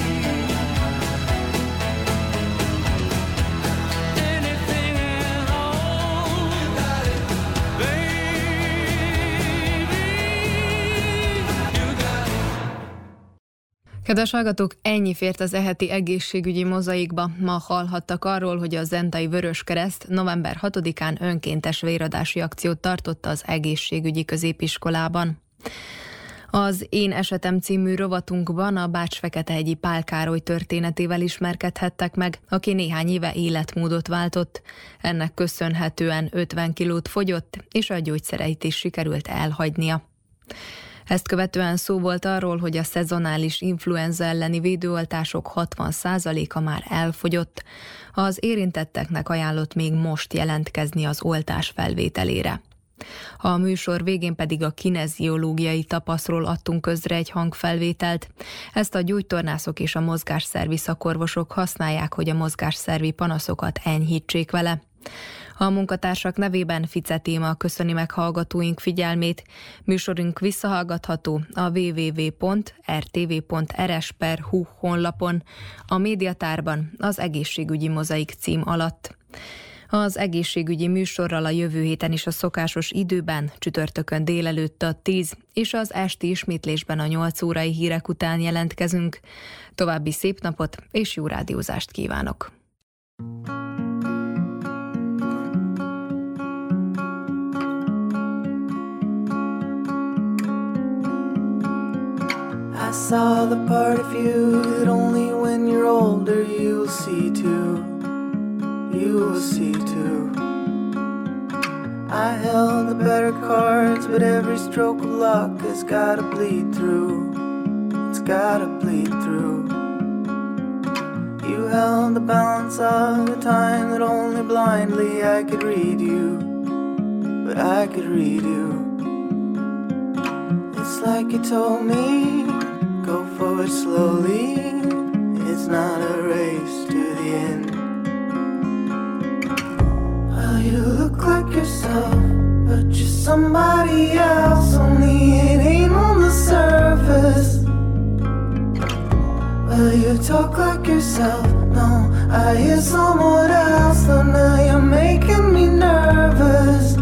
Anything at all, you got it, baby. You got it. Kedves hallgatók, ennyi fért az eheti egészségügyi mozaikba. Ma hallhattak arról, hogy a Zentai Vöröskereszt november hatodikán önkéntes véradási akciót tartott az egészségügyi középiskolában. Az Én esetem című rovatunkban a Bács-Feketehegyi Pál Károly történetével ismerkedhettek meg, aki néhány éve életmódot váltott. Ennek köszönhetően ötven kilót fogyott, és a gyógyszereit is sikerült elhagynia. Ezt követően szó volt arról, hogy a szezonális influenza elleni védőoltások hatvan százaléka már elfogyott. Az érintetteknek ajánlott még most jelentkezni az oltás felvételére. A műsor végén pedig a kineziológiai tapaszról adtunk közre egy hangfelvételt. Ezt a gyógytornászok és a mozgásszervi szakorvosok használják, hogy a mozgásszervi panaszokat enyhítsék vele. A munkatársak nevében Fice Téma köszöni meg hallgatóink figyelmét. Műsorunk visszahallgatható a double-u double-u double-u pont r t v pont r s pont h u honlapon, a médiatárban az egészségügyi mozaik cím alatt. Az egészségügyi műsorral a jövő héten is a szokásos időben, csütörtökön délelőtt a tíz és az esti ismétlésben a nyolc órai hírek után jelentkezünk. További szép napot és jó rádiózást kívánok! I saw the part of you that only when you're older you'll see too. You will see too. I held the better cards, but every stroke of luck has gotta bleed through. It's gotta bleed through. You held the balance of the time that only blindly I could read you. But I could read you. It's like you told me, go forward slowly. It's not a race to the end. Well, you look like yourself, but you're somebody else. Only it ain't on the surface. Well, you talk like yourself, no, I hear someone else. Though now you're making me nervous.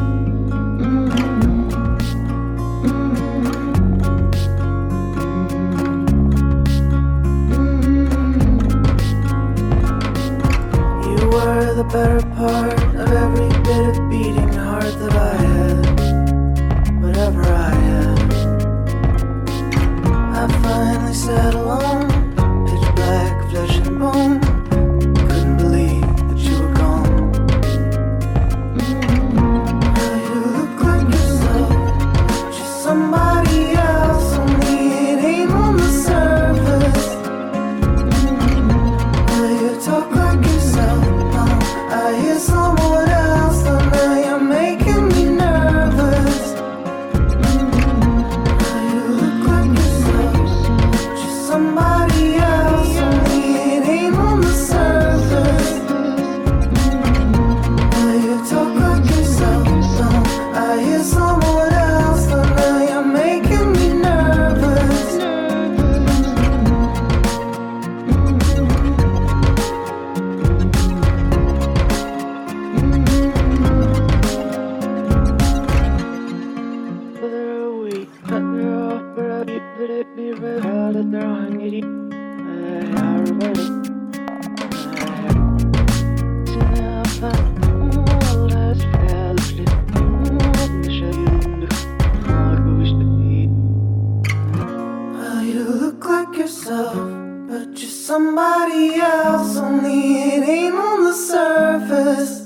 Somebody else, only it ain't on the surface.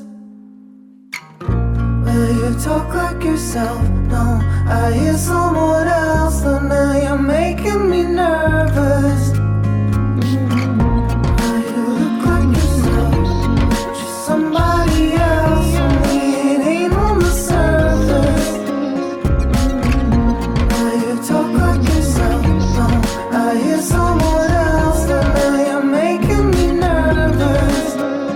Well, you talk like yourself, no, I hear someone else, so now you're making me nervous. Mm-hmm. Well, you look like yourself, but you're somebody else, only it ain't on the surface. Mm-hmm. Well, you talk like yourself, no, I hear someone else, so now you're making me nervous.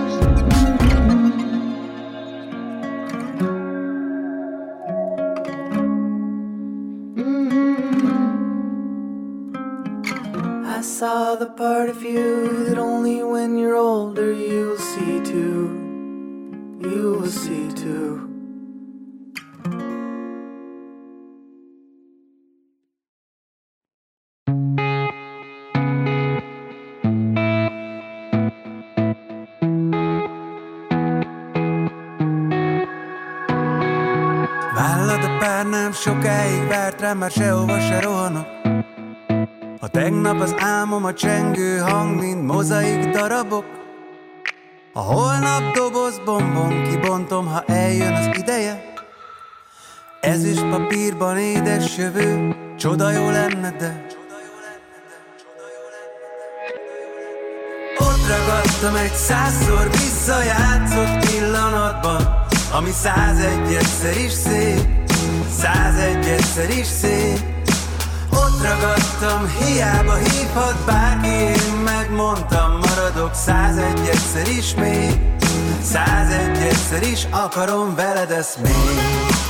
I saw the part of you that only when you're older you'll see too. You will see too. Vállad a pár nem sokáig várt rám, már sehova se rohanok. A tegnap az álmom a csengő hang, mint mozaik darabok. A holnap doboz bombon kibontom, ha eljön az ideje. Ezüst papírban édes jövő, csoda jó lenne, de ott ragadtam egy százszor visszajátszott pillanatban, ami százegyedszer is szép, százegyedszer is szép. Ott ragadtam, hiába hívhat bárki, én megmondtam, maradok százegyedszer is még, százegyedszer is akarom veled ezt még.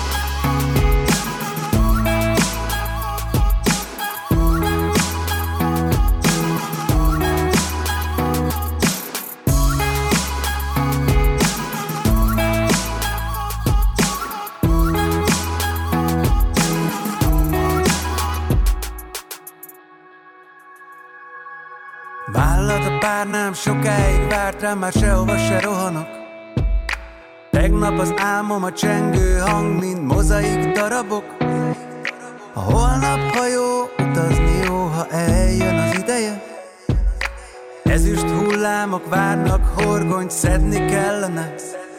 Vállad a pár nem sokáig várt rám, már sehova se rohanok. Tegnap az álmom a csengő hang, mint mozaik darabok. A holnap hajó, utazni jó, ha eljön az ideje. Ezüst hullámok várnak, horgonyt szedni kellene.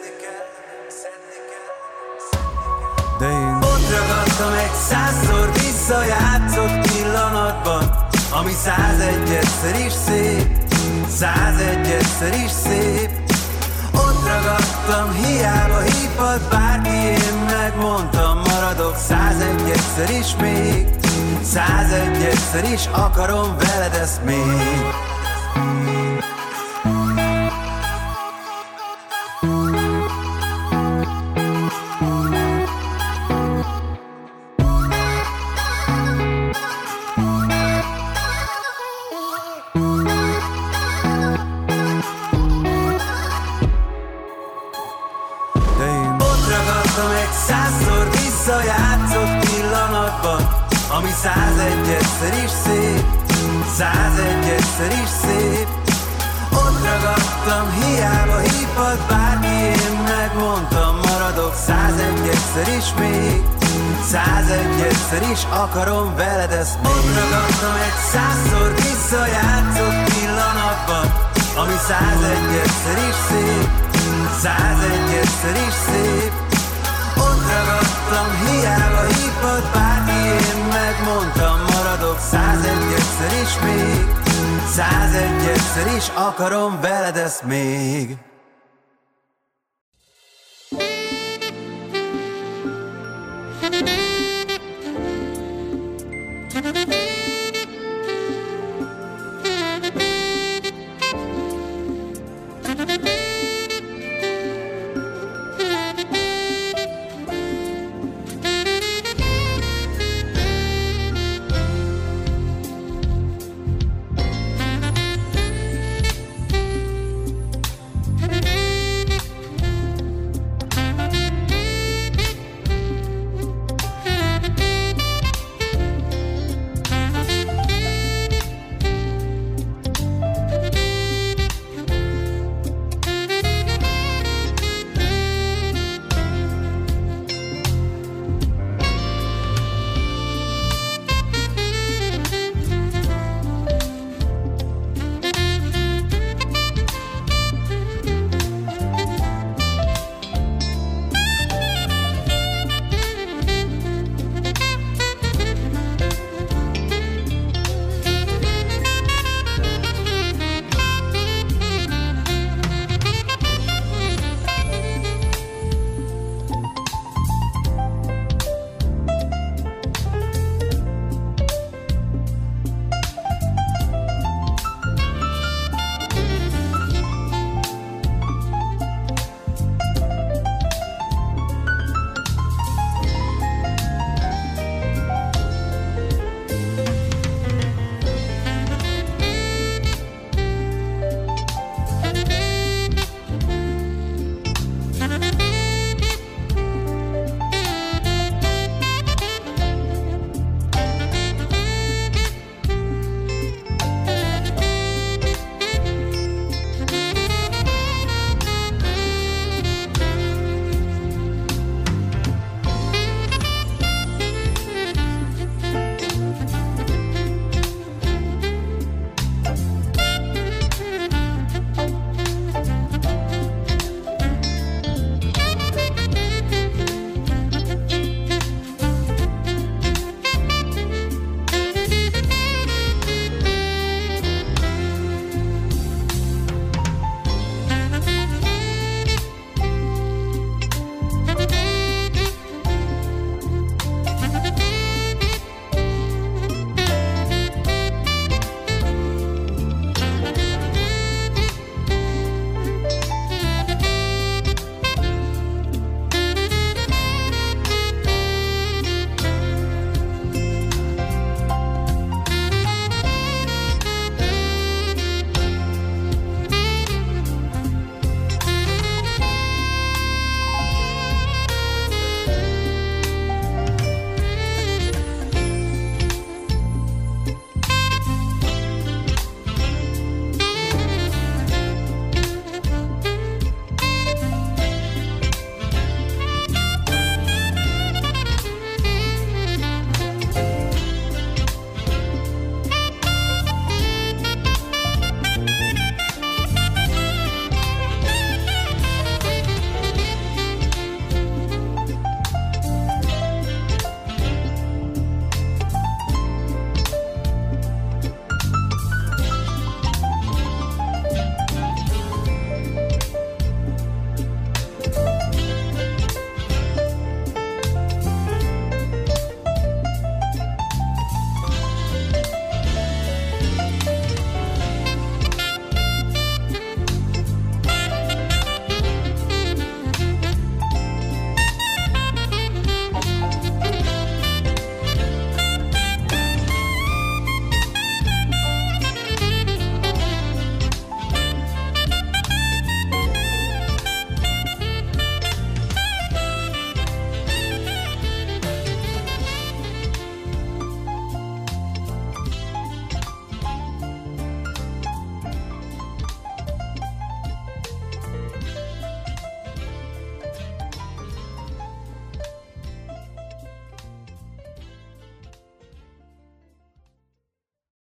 De én ott ragadtam egy százszor visszajátszott pillanatban, ami százegyedszer is szép, százegyedszer is szép. Ott ragadtam, hiába hívhat bárki, én megmondtam, maradok százegyedszer is még, százegyedszer is akarom veled ezt még. Százszor visszajátszott pillanatban, ami százegyedszer is szép, százegyedszer is szép. Ott ragadtam, hiába hívhat bárki, én megmondtam, maradok százegyedszer is még, százegyedszer is akarom veled ezt még. Ott ragadtam egy százszor visszajátszott pillanatban, ami százegyedszer is szép, százegyedszer is szép. Ott ragadtam, hiába hívhat bárki, én megmondtam, maradok százegyedszer is még, százegyedszer is akarom veled ezt még.